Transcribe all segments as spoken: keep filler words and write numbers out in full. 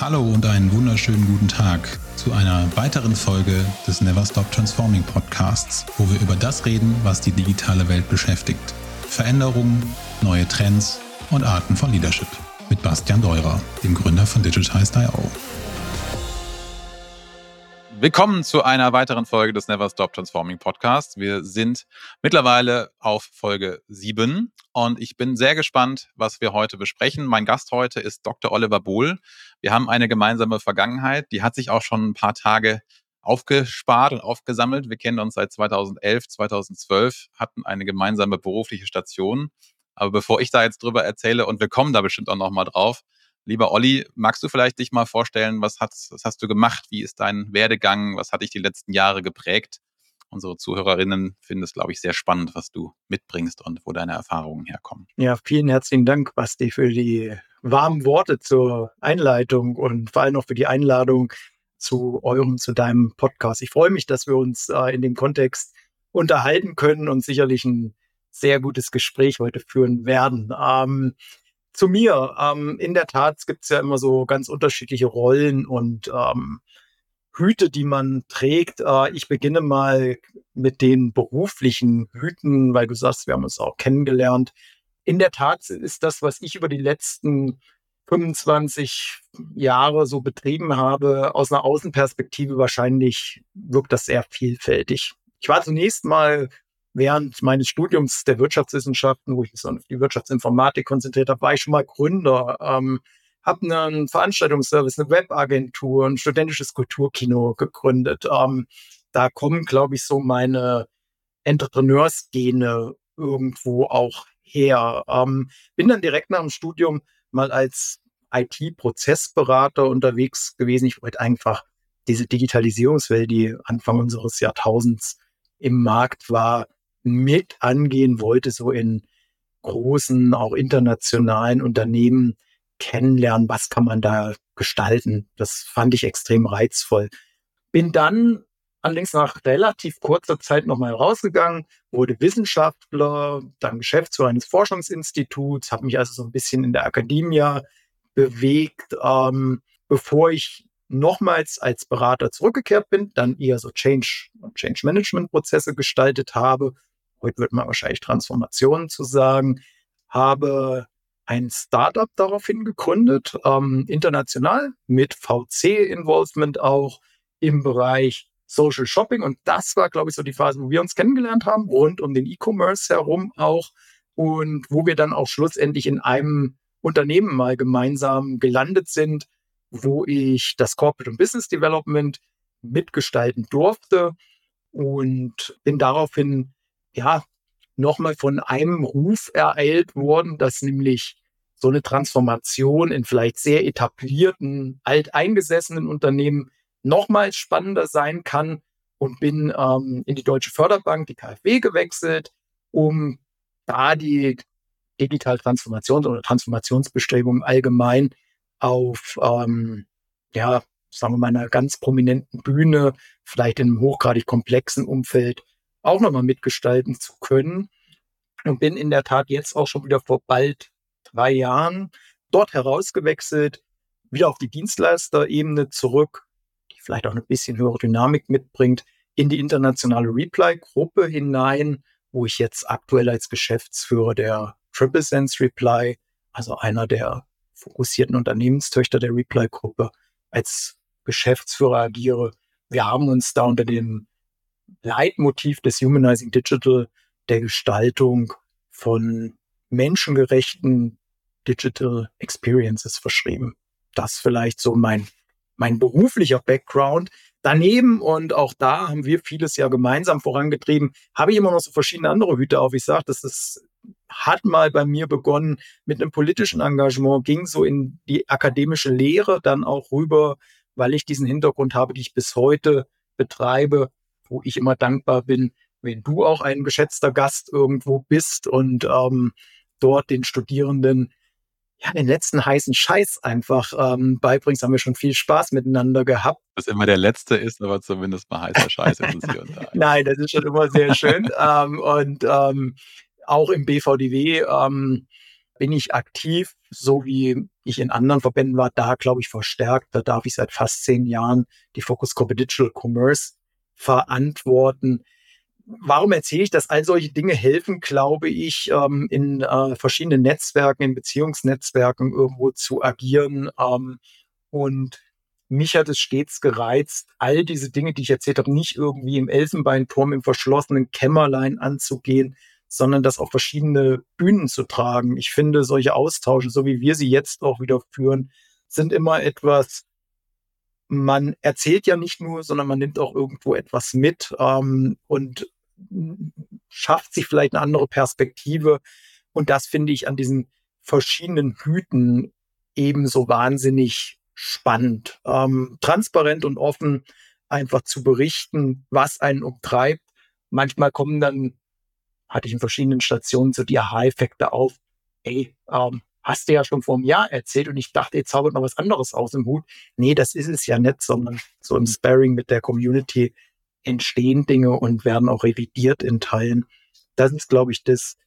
Hallo und einen wunderschönen guten Tag zu einer weiteren Folge des Never Stop Transforming Podcasts, wo wir über das reden, was die digitale Welt beschäftigt. Veränderungen, neue Trends und Arten von Leadership. Mit Bastian Deurer, dem Gründer von Digitized Punkt io. Willkommen zu einer weiteren Folge des Never Stop Transforming Podcasts. Wir sind mittlerweile auf Folge sieben und ich bin sehr gespannt, was wir heute besprechen. Mein Gast heute ist Doktor Oliver Bohl. Wir haben eine gemeinsame Vergangenheit, die hat sich auch schon ein paar Tage aufgespart und aufgesammelt. Wir kennen uns seit zweitausendelf, zweitausendzwölf, hatten eine gemeinsame berufliche Station. Aber bevor ich da jetzt drüber erzähle, und wir kommen da bestimmt auch nochmal drauf, lieber Olli, magst du vielleicht dich mal vorstellen, was hast, was hast du gemacht? Wie ist dein Werdegang? Was hat dich die letzten Jahre geprägt? Unsere Zuhörerinnen finden es, glaube ich, sehr spannend, was du mitbringst und wo deine Erfahrungen herkommen. Ja, vielen herzlichen Dank, Basti, für die warmen Worte zur Einleitung und vor allem auch für die Einladung zu eurem, zu deinem Podcast. Ich freue mich, dass wir uns äh, in dem Kontext unterhalten können und sicherlich ein sehr gutes Gespräch heute führen werden. Ähm, Zu mir, ähm, in der Tat gibt es ja immer so ganz unterschiedliche Rollen und ähm, Hüte, die man trägt. Äh, ich beginne mal mit den beruflichen Hüten, weil du sagst, wir haben uns auch kennengelernt. In der Tat ist das, was ich über die letzten fünfundzwanzig Jahre so betrieben habe, aus einer Außenperspektive wahrscheinlich wirkt das sehr vielfältig. Ich war zunächst mal während meines Studiums der Wirtschaftswissenschaften, wo ich mich so auf die Wirtschaftsinformatik konzentriert habe, war ich schon mal Gründer, ähm, habe einen Veranstaltungsservice, eine Webagentur, ein studentisches Kulturkino gegründet. Ähm, da kommen, glaube ich, so meine Entrepreneursgene irgendwo auch her. Ähm, bin dann direkt nach dem Studium mal als I T-Prozessberater unterwegs gewesen. Ich wollte einfach diese Digitalisierungswelt, die Anfang unseres Jahrtausends im Markt war, mit angehen wollte, so in großen, auch internationalen Unternehmen kennenlernen, was kann man da gestalten. Das fand ich extrem reizvoll. Bin dann allerdings nach relativ kurzer Zeit nochmal rausgegangen, wurde Wissenschaftler, dann Geschäftsführer eines Forschungsinstituts, habe mich also so ein bisschen in der Akademie bewegt, ähm, bevor ich nochmals als Berater zurückgekehrt bin, dann eher so Change- und Change-Management-Prozesse gestaltet habe. Heute wird man wahrscheinlich Transformationen zu sagen, habe ein Startup daraufhin gegründet, ähm, international mit V C-Involvement auch im Bereich Social Shopping. Und das war, glaube ich, so die Phase, wo wir uns kennengelernt haben, rund um den E-Commerce herum auch. Und wo wir dann auch schlussendlich in einem Unternehmen mal gemeinsam gelandet sind, wo ich das Corporate und Business Development mitgestalten durfte und bin daraufhin ja nochmal von einem Ruf ereilt worden, dass nämlich so eine Transformation in vielleicht sehr etablierten, alteingesessenen Unternehmen nochmal spannender sein kann und bin ähm, in die Deutsche Förderbank, die K f W, gewechselt, um da die digitale Transformation oder Transformationsbestrebungen allgemein auf, ähm, ja, sagen wir mal, einer ganz prominenten Bühne, vielleicht in einem hochgradig komplexen Umfeld auch nochmal mitgestalten zu können. Und bin in der Tat jetzt auch schon wieder vor bald drei Jahren dort herausgewechselt, wieder auf die Dienstleisterebene zurück, die vielleicht auch ein bisschen höhere Dynamik mitbringt, in die internationale Reply-Gruppe hinein, wo ich jetzt aktuell als Geschäftsführer der Triple Sense Reply, also einer der fokussierten Unternehmenstöchter der Reply-Gruppe, als Geschäftsführer agiere. Wir haben uns da unter dem Leitmotiv des Humanizing Digital, der Gestaltung von menschengerechten Digital Experiences verschrieben. Das vielleicht so mein, mein beruflicher Background. Daneben, und auch da haben wir vieles ja gemeinsam vorangetrieben, habe ich immer noch so verschiedene andere Hüte auf. Ich sage, das ist, hat mal bei mir begonnen mit einem politischen Engagement, ging so in die akademische Lehre dann auch rüber, weil ich diesen Hintergrund habe, die ich bis heute betreibe, wo ich immer dankbar bin, wenn du auch ein geschätzter Gast irgendwo bist und ähm, dort den Studierenden ja den letzten heißen Scheiß einfach ähm, beibringst. Haben wir schon viel Spaß miteinander gehabt. Was immer der letzte ist, aber zumindest mal heißer Scheiß ist es hier und da. Nein, das ist schon immer sehr schön. ähm, und ähm, auch im B V D W ähm, bin ich aktiv, so wie ich in anderen Verbänden war, da glaube ich verstärkt. Da darf ich seit fast zehn Jahren die Focus Corporate Digital Commerce verantworten. Warum erzähle ich das? All solche Dinge helfen, glaube ich, ähm, in äh, verschiedenen Netzwerken, in Beziehungsnetzwerken irgendwo zu agieren. Ähm, und mich hat es stets gereizt, all diese Dinge, die ich erzählt habe, nicht irgendwie im Elfenbeinturm, im verschlossenen Kämmerlein anzugehen, sondern das auf verschiedene Bühnen zu tragen. Ich finde, solche Austausche, so wie wir sie jetzt auch wieder führen, sind immer etwas, man erzählt ja nicht nur, sondern man nimmt auch irgendwo etwas mit ähm, und schafft sich vielleicht eine andere Perspektive. Und das finde ich an diesen verschiedenen Hüten ebenso wahnsinnig spannend. Ähm, transparent und offen einfach zu berichten, was einen umtreibt. Manchmal kommen dann, hatte ich in verschiedenen Stationen so die Aha-Effekte auf. Ey, ähm, hast du ja schon vor einem Jahr erzählt und ich dachte, jetzt zaubert noch was anderes aus dem Hut. Nee, das ist es ja nicht, sondern so im Sparring mit der Community entstehen Dinge und werden auch revidiert in Teilen. Das ist, glaube ich, das,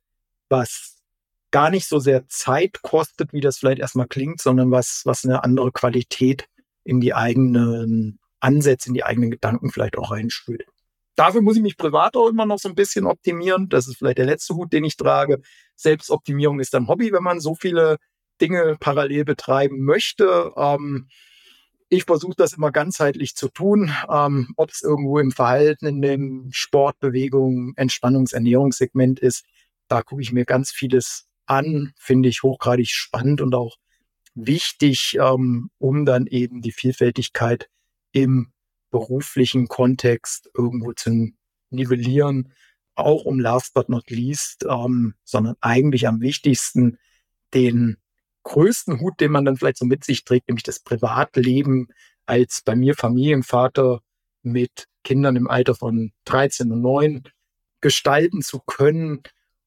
was gar nicht so sehr Zeit kostet, wie das vielleicht erstmal klingt, sondern was, was eine andere Qualität in die eigenen Ansätze, in die eigenen Gedanken vielleicht auch reinspült. Dafür muss ich mich privat auch immer noch so ein bisschen optimieren. Das ist vielleicht der letzte Hut, den ich trage. Selbstoptimierung ist ein Hobby, wenn man so viele Dinge parallel betreiben möchte. Ähm, ich versuche das immer ganzheitlich zu tun, ähm, ob es irgendwo im Verhalten, in dem Sport, Bewegung, Entspannungs-, Ernährungssegment ist. Da gucke ich mir ganz vieles an, finde ich hochgradig spannend und auch wichtig, ähm, um dann eben die Vielfältigkeit im beruflichen Kontext irgendwo zu nivellieren, auch um last but not least, ähm, sondern eigentlich am wichtigsten den größten Hut, den man dann vielleicht so mit sich trägt, nämlich das Privatleben als bei mir Familienvater mit Kindern im Alter von dreizehn und neun gestalten zu können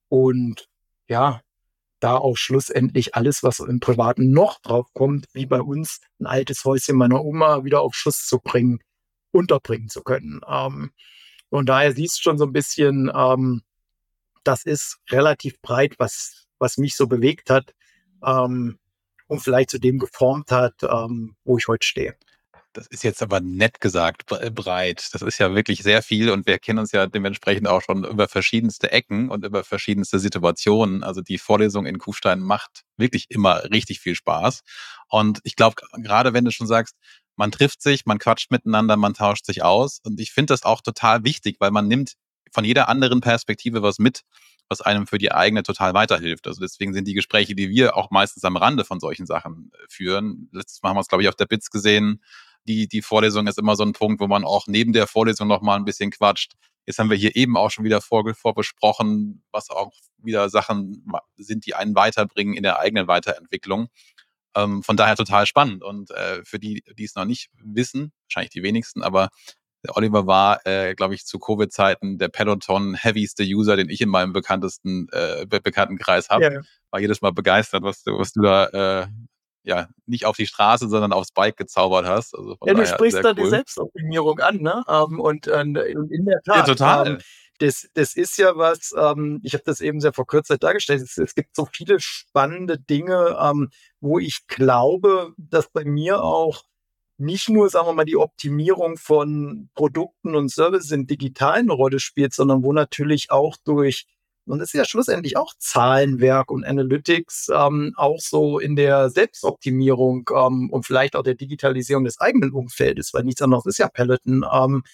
und ja, da auch schlussendlich alles, was im Privaten noch drauf kommt, wie bei uns ein altes Häuschen meiner Oma wieder auf Schuss zu bringen, unterbringen zu können. Ähm, und daher siehst du schon so ein bisschen, ähm, das ist relativ breit, was, was mich so bewegt hat ähm, und vielleicht zu dem geformt hat, ähm, wo ich heute stehe. Das ist jetzt aber nett gesagt, breit. Das ist ja wirklich sehr viel und wir kennen uns ja dementsprechend auch schon über verschiedenste Ecken und über verschiedenste Situationen. Also die Vorlesung in Kufstein macht wirklich immer richtig viel Spaß. Und ich glaube, gerade wenn du schon sagst, man trifft sich, man quatscht miteinander, man tauscht sich aus. Und ich finde das auch total wichtig, weil man nimmt von jeder anderen Perspektive was mit, was einem für die eigene total weiterhilft. Also deswegen sind die Gespräche, die wir auch meistens am Rande von solchen Sachen führen. Letztes Mal haben wir es, glaube ich, auf der B I Z gesehen. Die, die Vorlesung ist immer so ein Punkt, wo man auch neben der Vorlesung noch mal ein bisschen quatscht. Jetzt haben wir hier eben auch schon wieder vor, vorbesprochen, was auch wieder Sachen sind, die einen weiterbringen in der eigenen Weiterentwicklung. Ähm, von daher total spannend. Und äh, für die, die es noch nicht wissen, wahrscheinlich die wenigsten, aber der Oliver war, äh, glaube ich, zu Covid-Zeiten der Peloton-heavyste User, den ich in meinem bekanntesten äh, Be Bekanntenkreis habe. Ja. War jedes Mal begeistert, was du, was du da äh, ja nicht auf die Straße, sondern aufs Bike gezaubert hast. Also von ja, du daher sprichst sehr da cool. Die Selbstoptimierung an, ne? Ähm, und, und in der Tat. Ja, total. Ähm, das, das ist ja was, ähm, ich habe das eben sehr verkürzt dargestellt, es, es gibt so viele spannende Dinge, ähm, wo ich glaube, dass bei mir auch nicht nur, sagen wir mal, die Optimierung von Produkten und Services in digital eine Rolle spielt, sondern wo natürlich auch durch, und das ist ja schlussendlich auch Zahlenwerk und Analytics, ähm, auch so in der Selbstoptimierung ähm, und vielleicht auch der Digitalisierung des eigenen Umfeldes, weil nichts anderes ist ja Peloton, ähm,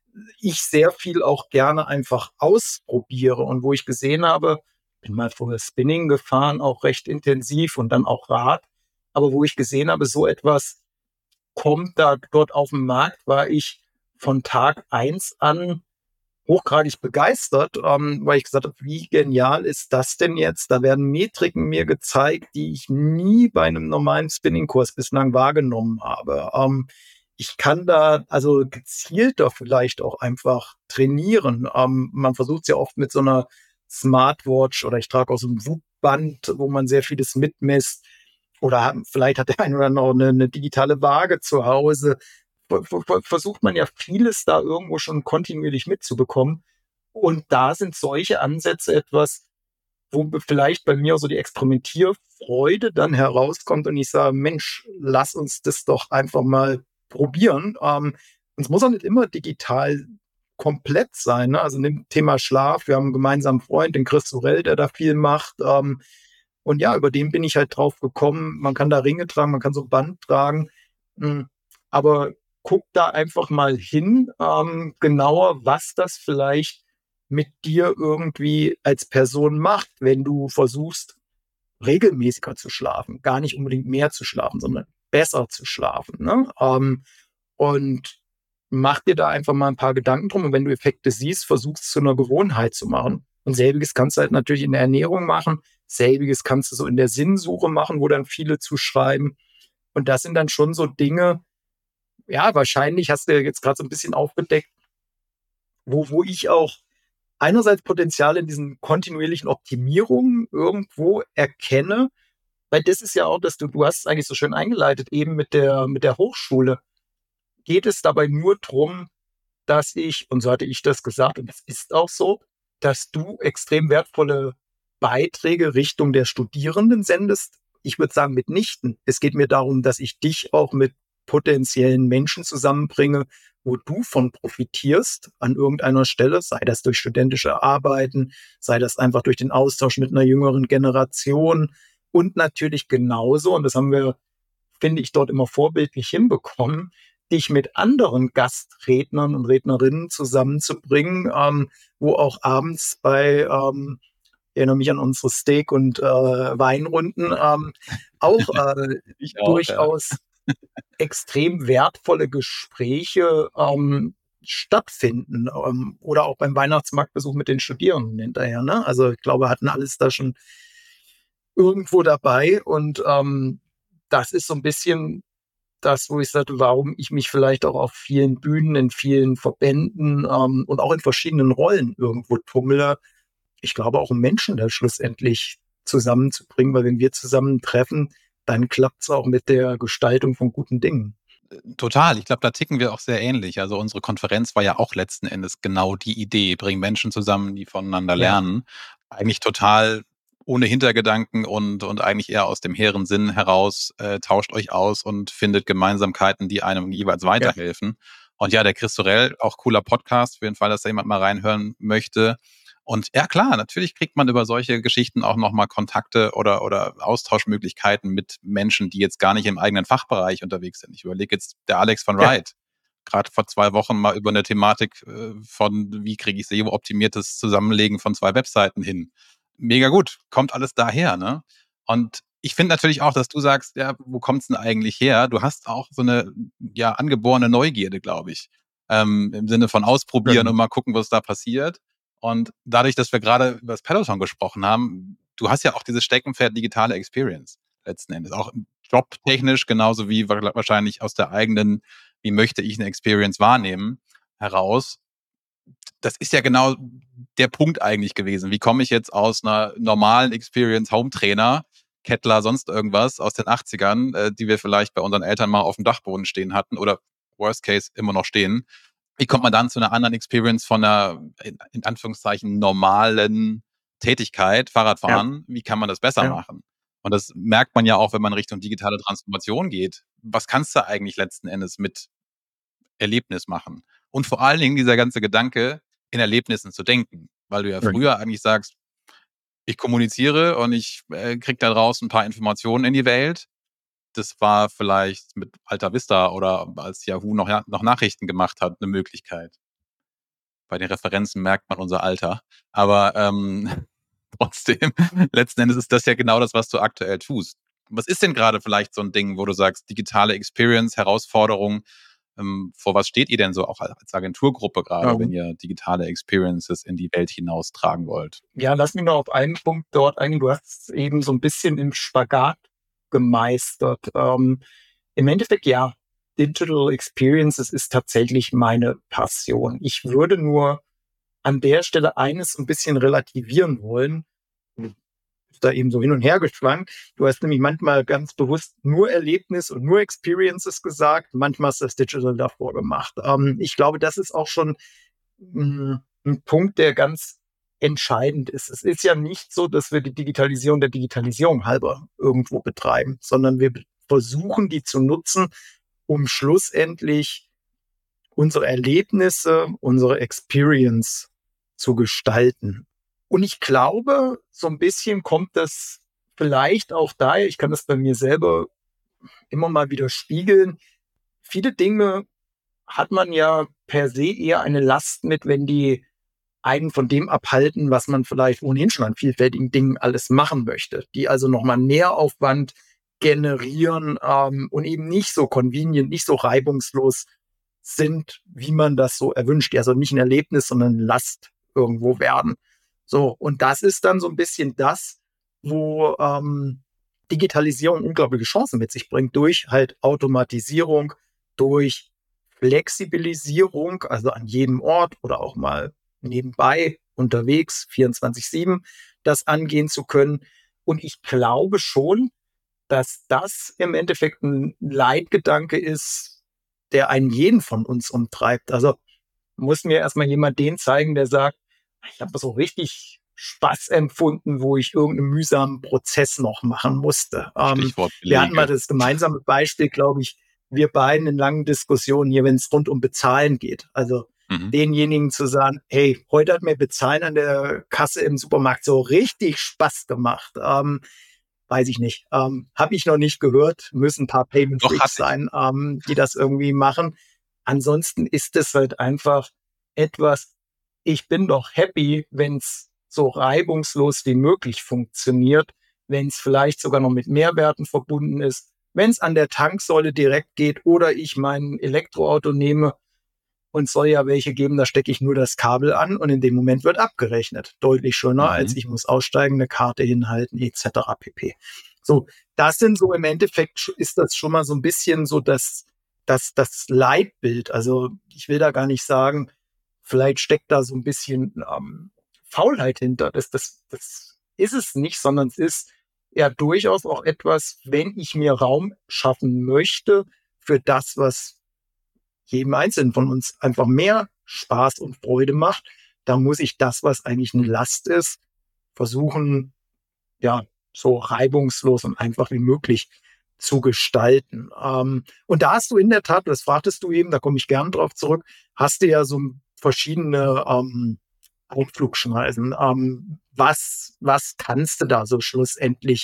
ich sehr viel auch gerne einfach ausprobiere und wo ich gesehen habe, bin mal vorher Spinning gefahren, auch recht intensiv und dann auch Rad, aber wo ich gesehen habe, so etwas kommt da dort auf den Markt, war ich von Tag eins an hochgradig begeistert, ähm, weil ich gesagt habe, wie genial ist das denn jetzt? Da werden Metriken mir gezeigt, die ich nie bei einem normalen Spinning-Kurs bislang wahrgenommen habe. Ähm, ich kann da also gezielter vielleicht auch einfach trainieren. Ähm, man versucht es ja oft mit so einer Smartwatch oder ich trage auch so ein Whoop-Band, wo man sehr vieles mitmisst. Oder vielleicht hat der eine oder andere eine, eine digitale Waage zu Hause. Versucht man ja vieles da irgendwo schon kontinuierlich mitzubekommen. Und da sind solche Ansätze etwas, wo vielleicht bei mir so die Experimentierfreude dann herauskommt und ich sage, Mensch, lass uns das doch einfach mal probieren. Ähm, und es muss auch nicht immer digital komplett sein. Ne? Also nimm Thema Schlaf. Wir haben einen gemeinsamen Freund, den Chris Sorel, der da viel macht. Ähm, und ja, über den bin ich halt drauf gekommen. Man kann da Ringe tragen, man kann so ein Band tragen. Mm, Aber guck da einfach mal hin, ähm, genauer, was das vielleicht mit dir irgendwie als Person macht, wenn du versuchst, regelmäßiger zu schlafen. Gar nicht unbedingt mehr zu schlafen, sondern besser zu schlafen. Ne? Ähm, und mach dir da einfach mal ein paar Gedanken drum. Und wenn du Effekte siehst, versuchst es zu einer Gewohnheit zu machen. Und selbiges kannst du halt natürlich in der Ernährung machen. Selbiges kannst du so in der Sinnsuche machen, wo dann viele zu schreiben. Und das sind dann schon so Dinge, ja, wahrscheinlich hast du ja jetzt gerade so ein bisschen aufgedeckt, wo, wo ich auch einerseits Potenzial in diesen kontinuierlichen Optimierungen irgendwo erkenne, weil das ist ja auch, dass du, du hast es eigentlich so schön eingeleitet, eben mit der, mit der Hochschule. Geht es dabei nur darum, dass ich, und so hatte ich das gesagt, und das ist auch so, dass du extrem wertvolle Beiträge Richtung der Studierenden sendest? Ich würde sagen, mitnichten. Es geht mir darum, dass ich dich auch mit potenziellen Menschen zusammenbringe, wo du von profitierst an irgendeiner Stelle, sei das durch studentische Arbeiten, sei das einfach durch den Austausch mit einer jüngeren Generation und natürlich genauso, und das haben wir, finde ich, dort immer vorbildlich hinbekommen, dich mit anderen Gastrednern und Rednerinnen zusammenzubringen, ähm, wo auch abends bei, ähm, ich erinnere mich an unsere Steak- und äh, Weinrunden, ähm, auch äh, Ich auch, ja. durchaus extrem wertvolle Gespräche ähm, stattfinden. Ähm, oder auch beim Weihnachtsmarktbesuch mit den Studierenden hinterher. Ne? Also ich glaube, wir hatten alles da schon irgendwo dabei. Und ähm, das ist so ein bisschen das, wo ich sage, warum ich mich vielleicht auch auf vielen Bühnen, in vielen Verbänden ähm, und auch in verschiedenen Rollen irgendwo tummle. Ich glaube auch, um Menschen da schlussendlich zusammenzubringen, weil wenn wir zusammentreffen, dann klappt es auch mit der Gestaltung von guten Dingen. Total. Ich glaube, da ticken wir auch sehr ähnlich. Also unsere Konferenz war ja auch letzten Endes genau die Idee. Bring Menschen zusammen, die voneinander Ja, lernen. Eigentlich total ohne Hintergedanken und, und eigentlich eher aus dem hehren Sinn heraus, äh, tauscht euch aus und findet Gemeinsamkeiten, die einem jeweils ja, weiterhelfen. Und ja, der Chris Sorel, auch cooler Podcast, für den Fall, dass da jemand mal reinhören möchte. Und ja, klar, natürlich kriegt man über solche Geschichten auch nochmal Kontakte oder, oder Austauschmöglichkeiten mit Menschen, die jetzt gar nicht im eigenen Fachbereich unterwegs sind. Ich überlege jetzt, der Alex von ja, Wright, gerade vor zwei Wochen mal über eine Thematik äh, von, wie kriege ich S E O-optimiertes Zusammenlegen von zwei Webseiten hin. Mega gut, kommt alles daher, ne? Und ich finde natürlich auch, dass du sagst, ja, wo kommt's denn eigentlich her? Du hast auch so eine, ja, angeborene Neugierde, glaube ich. Ähm, im Sinne von ausprobieren genau. und mal gucken, was da passiert. Und dadurch, dass wir gerade über das Peloton gesprochen haben, du hast ja auch dieses Steckenpferd digitale Experience letzten Endes. Auch jobtechnisch, genauso wie wahrscheinlich aus der eigenen, wie möchte ich eine Experience wahrnehmen, heraus. Das ist ja genau der Punkt eigentlich gewesen. Wie komme ich jetzt aus einer normalen Experience Home Trainer, Kettler, sonst irgendwas aus den achtzigern, äh, die wir vielleicht bei unseren Eltern mal auf dem Dachboden stehen hatten oder Worst Case immer noch stehen, wie kommt man dann zu einer anderen Experience von einer, in, in Anführungszeichen, normalen Tätigkeit, Ja, Fahrradfahren? Wie kann man das besser ja, machen? Und das merkt man ja auch, wenn man Richtung digitale Transformation geht. Was kannst du eigentlich letzten Endes mit Erlebnis machen? Und vor allen Dingen dieser ganze Gedanke, in Erlebnissen zu denken. Weil du ja ja, früher eigentlich sagst, ich kommuniziere und ich äh, kriege da draußen ein paar Informationen in die Welt. Das war vielleicht mit Alta Vista oder als Yahoo noch, noch Nachrichten gemacht hat, eine Möglichkeit. Bei den Referenzen merkt man unser Alter. Aber ähm, trotzdem, letzten Endes ist das ja genau das, was du aktuell tust. Was ist denn gerade vielleicht so ein Ding, wo du sagst, digitale Experience, Herausforderung, ähm, vor was steht ihr denn so auch als Agenturgruppe gerade, wenn ähm, ihr digitale Experiences in die Welt hinaustragen wollt? ja, lass mich noch auf einen Punkt dort eingehen. Du hast es eben so ein bisschen im Spagat gemeistert. Ähm, im Endeffekt, ja, Digital Experiences ist tatsächlich meine Passion. Ich würde nur an der Stelle eines ein bisschen relativieren wollen. Ist da eben so hin und her geschwankt. Du hast nämlich manchmal ganz bewusst nur Erlebnis und nur Experiences gesagt. Manchmal hast du das Digital davor gemacht. Ähm, ich glaube, das ist auch schon mh, ein Punkt, der ganz entscheidend ist. Es ist ja nicht so, dass wir die Digitalisierung der Digitalisierung halber irgendwo betreiben, sondern wir versuchen, die zu nutzen, um schlussendlich unsere Erlebnisse, unsere Experience zu gestalten. Und ich glaube, so ein bisschen kommt das vielleicht auch daher, ich kann das bei mir selber immer mal wieder spiegeln. Viele Dinge hat man ja per se eher eine Last mit, wenn die einen von dem abhalten, was man vielleicht ohnehin schon an vielfältigen Dingen alles machen möchte, die also nochmal Mehraufwand generieren ähm, und eben nicht so convenient, nicht so reibungslos sind, wie man das so erwünscht. Also nicht ein Erlebnis, sondern Last irgendwo werden. So, und das ist dann so ein bisschen das, wo ähm, Digitalisierung unglaubliche Chancen mit sich bringt, durch halt Automatisierung, durch Flexibilisierung, also an jedem Ort oder auch mal nebenbei unterwegs, vierundzwanzig sieben, das angehen zu können. Und ich glaube schon, dass das im Endeffekt ein Leitgedanke ist, der einen jeden von uns umtreibt. Also muss mir erstmal jemand den zeigen, der sagt, ich habe so richtig Spaß empfunden, wo ich irgendeinen mühsamen Prozess noch machen musste. Ähm, Stichwort wir hatten mal Belege. das gemeinsame Beispiel, glaube ich, wir beiden in langen Diskussionen hier, wenn es rund um Bezahlen geht. Also Mhm. denjenigen zu sagen, hey, heute hat mir Bezahlen an der Kasse im Supermarkt so richtig Spaß gemacht. Ähm, weiß ich nicht. Ähm, Habe ich noch nicht gehört. Müssen ein paar Payment Doch, Freaks hatte ich. sein, ähm, die das irgendwie machen. Ansonsten ist es halt einfach etwas, ich bin doch happy, wenn es so reibungslos wie möglich funktioniert, wenn es vielleicht sogar noch mit Mehrwerten verbunden ist, wenn es an der Tanksäule direkt geht oder ich mein Elektroauto nehme und soll ja welche geben, da stecke ich nur das Kabel an und in dem Moment wird abgerechnet. Deutlich schöner, als Mhm. ich muss aussteigen, eine Karte hinhalten, et cetera pp. So, das sind so im Endeffekt, ist das schon mal so ein bisschen so das, das, das Leitbild. Also ich will da gar nicht sagen, vielleicht steckt da so ein bisschen ähm, Faulheit hinter. Das, das, das ist es nicht, sondern es ist ja durchaus auch etwas, wenn ich mir Raum schaffen möchte für das, was jedem Einzelnen von uns einfach mehr Spaß und Freude macht, dann muss ich das, was eigentlich eine Last ist, versuchen, ja, so reibungslos und einfach wie möglich zu gestalten. Ähm, und da hast du in der Tat, das fragtest du eben, da komme ich gern drauf zurück, hast du ja so verschiedene ähm, Ausflugschneisen. Ähm, was, was kannst du da so schlussendlich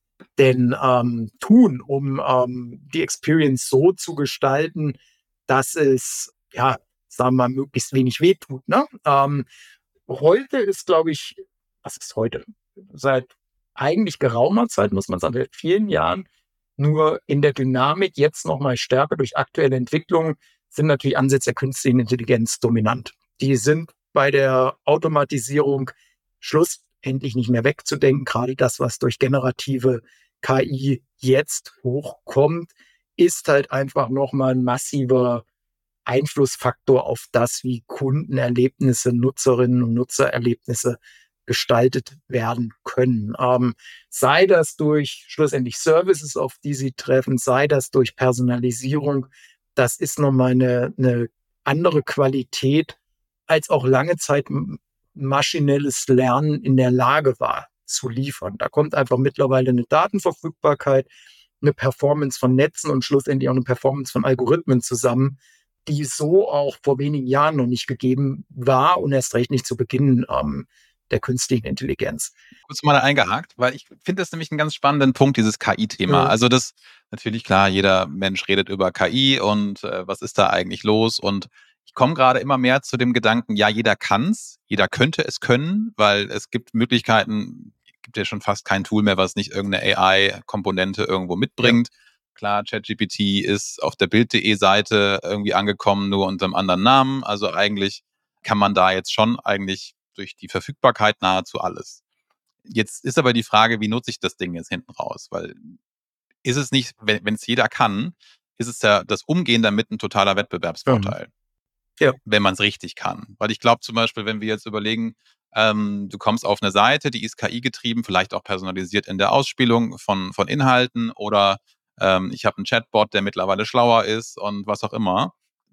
denn ähm, tun, um ähm, die Experience so zu gestalten, dass es, ja, sagen wir mal, möglichst wenig wehtut. Ne? Ähm, heute ist, glaube ich, was ist heute? Seit eigentlich geraumer Zeit, muss man sagen, seit vielen Jahren, nur in der Dynamik jetzt noch mal stärker durch aktuelle Entwicklungen sind natürlich Ansätze der künstlichen Intelligenz dominant. Die sind bei der Automatisierung schlussendlich nicht mehr wegzudenken. Gerade das, was durch generative K I jetzt hochkommt, ist halt einfach nochmal ein massiver Einflussfaktor auf das, wie Kundenerlebnisse, Nutzerinnen und Nutzererlebnisse gestaltet werden können. Ähm, sei das durch schlussendlich Services, auf die sie treffen, sei das durch Personalisierung. Das ist nochmal eine, eine andere Qualität, als auch lange Zeit maschinelles Lernen in der Lage war zu liefern. Da kommt einfach mittlerweile eine Datenverfügbarkeit, eine Performance von Netzen und schlussendlich auch eine Performance von Algorithmen zusammen, die so auch vor wenigen Jahren noch nicht gegeben war und erst recht nicht zu Beginn ähm, der künstlichen Intelligenz. Kurz mal eingehakt, weil ich finde das nämlich einen ganz spannenden Punkt, dieses K I-Thema. Mhm. Also das natürlich klar, jeder Mensch redet über K I und äh, was ist da eigentlich los? Und ich komme gerade immer mehr zu dem Gedanken, ja, jeder kann's, jeder könnte es können, weil es gibt Möglichkeiten, gibt ja schon fast kein Tool mehr, was nicht irgendeine A I-Komponente irgendwo Ja. mitbringt. Klar, ChatGPT ist auf der Bild punkt de-Seite irgendwie angekommen, nur unter einem anderen Namen. Also eigentlich kann man da jetzt schon eigentlich durch die Verfügbarkeit nahezu alles. Jetzt ist aber die Frage, wie nutze ich das Ding jetzt hinten raus? Weil ist es nicht, wenn wenn es jeder kann, ist es ja das Umgehen damit ein totaler Mhm. Wettbewerbsvorteil, Ja. wenn man es richtig kann. Weil ich glaube zum Beispiel, wenn wir jetzt überlegen, ähm, du kommst auf eine Seite, die ist K I-getrieben, vielleicht auch personalisiert in der Ausspielung von, von Inhalten oder ähm, ich habe einen Chatbot, der mittlerweile schlauer ist und was auch immer.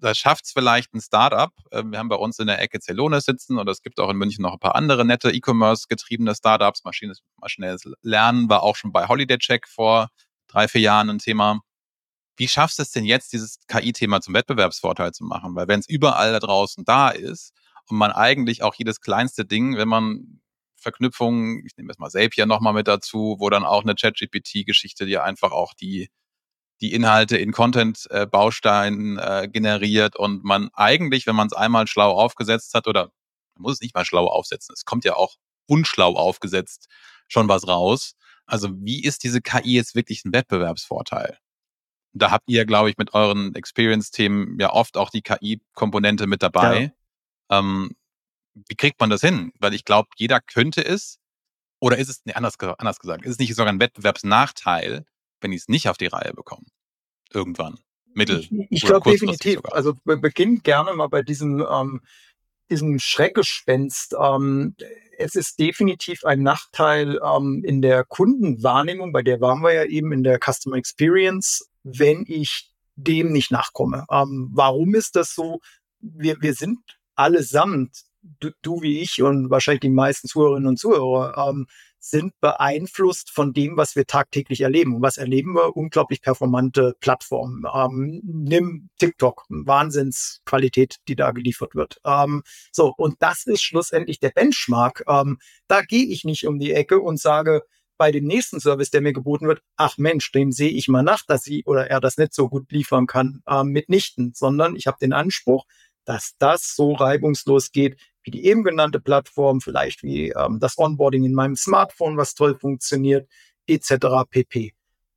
da schafft es vielleicht ein Startup. Äh, wir haben bei uns in der Ecke Celonis sitzen und es gibt auch in München noch ein paar andere nette E-Commerce-getriebene Startups. Maschines, maschinelles Lernen war auch schon bei Holiday Check vor drei, vier Jahren ein Thema. Wie schaffst du es denn jetzt, dieses K I-Thema zum Wettbewerbsvorteil zu machen? Weil wenn es überall da draußen da ist und man eigentlich auch jedes kleinste Ding, wenn man Verknüpfungen, ich nehme jetzt mal Zapier nochmal mit dazu, wo dann auch eine ChatGPT-Geschichte dir einfach auch die, die Inhalte in Content-Bausteinen äh, generiert und man eigentlich, wenn man es einmal schlau aufgesetzt hat, oder man muss es nicht mal schlau aufsetzen, es kommt ja auch unschlau aufgesetzt schon was raus. Also wie ist diese K I jetzt wirklich ein Wettbewerbsvorteil? Da habt ihr, glaube ich, mit euren Experience-Themen ja oft auch die K I-Komponente mit Ja. dabei. Ähm, wie kriegt man das hin? Weil ich glaube, jeder könnte es. Oder ist es, nee, anders, anders gesagt, ist es nicht sogar ein Wettbewerbsnachteil, wenn die es nicht auf die Reihe bekommen? Irgendwann. Mittel- Ich, ich oder glaube kurzfristig definitiv. sogar. Also wir beginnen gerne mal bei diesem, ähm, diesem Schreckgespenst. Ähm, es ist definitiv ein Nachteil ähm, in der Kundenwahrnehmung, bei der waren wir ja eben in der Customer Experience, wenn ich dem nicht nachkomme. Ähm, warum ist das so? Wir, wir sind allesamt, du, du wie ich und wahrscheinlich die meisten Zuhörerinnen und Zuhörer, ähm, sind beeinflusst von dem, was wir tagtäglich erleben. Und was erleben wir? Unglaublich performante Plattformen. Ähm, nimm TikTok, Wahnsinnsqualität, die da geliefert wird. Ähm, so, und das ist schlussendlich der Benchmark. Ähm, da gehe ich nicht um die Ecke und sage, bei dem nächsten Service, der mir geboten wird, ach Mensch, dem sehe ich mal nach, dass sie oder er das nicht so gut liefern kann, ähm, mitnichten, sondern ich habe den Anspruch, dass das so reibungslos geht, wie die eben genannte Plattform, vielleicht wie ähm, das Onboarding in meinem Smartphone, was toll funktioniert, et cetera pp.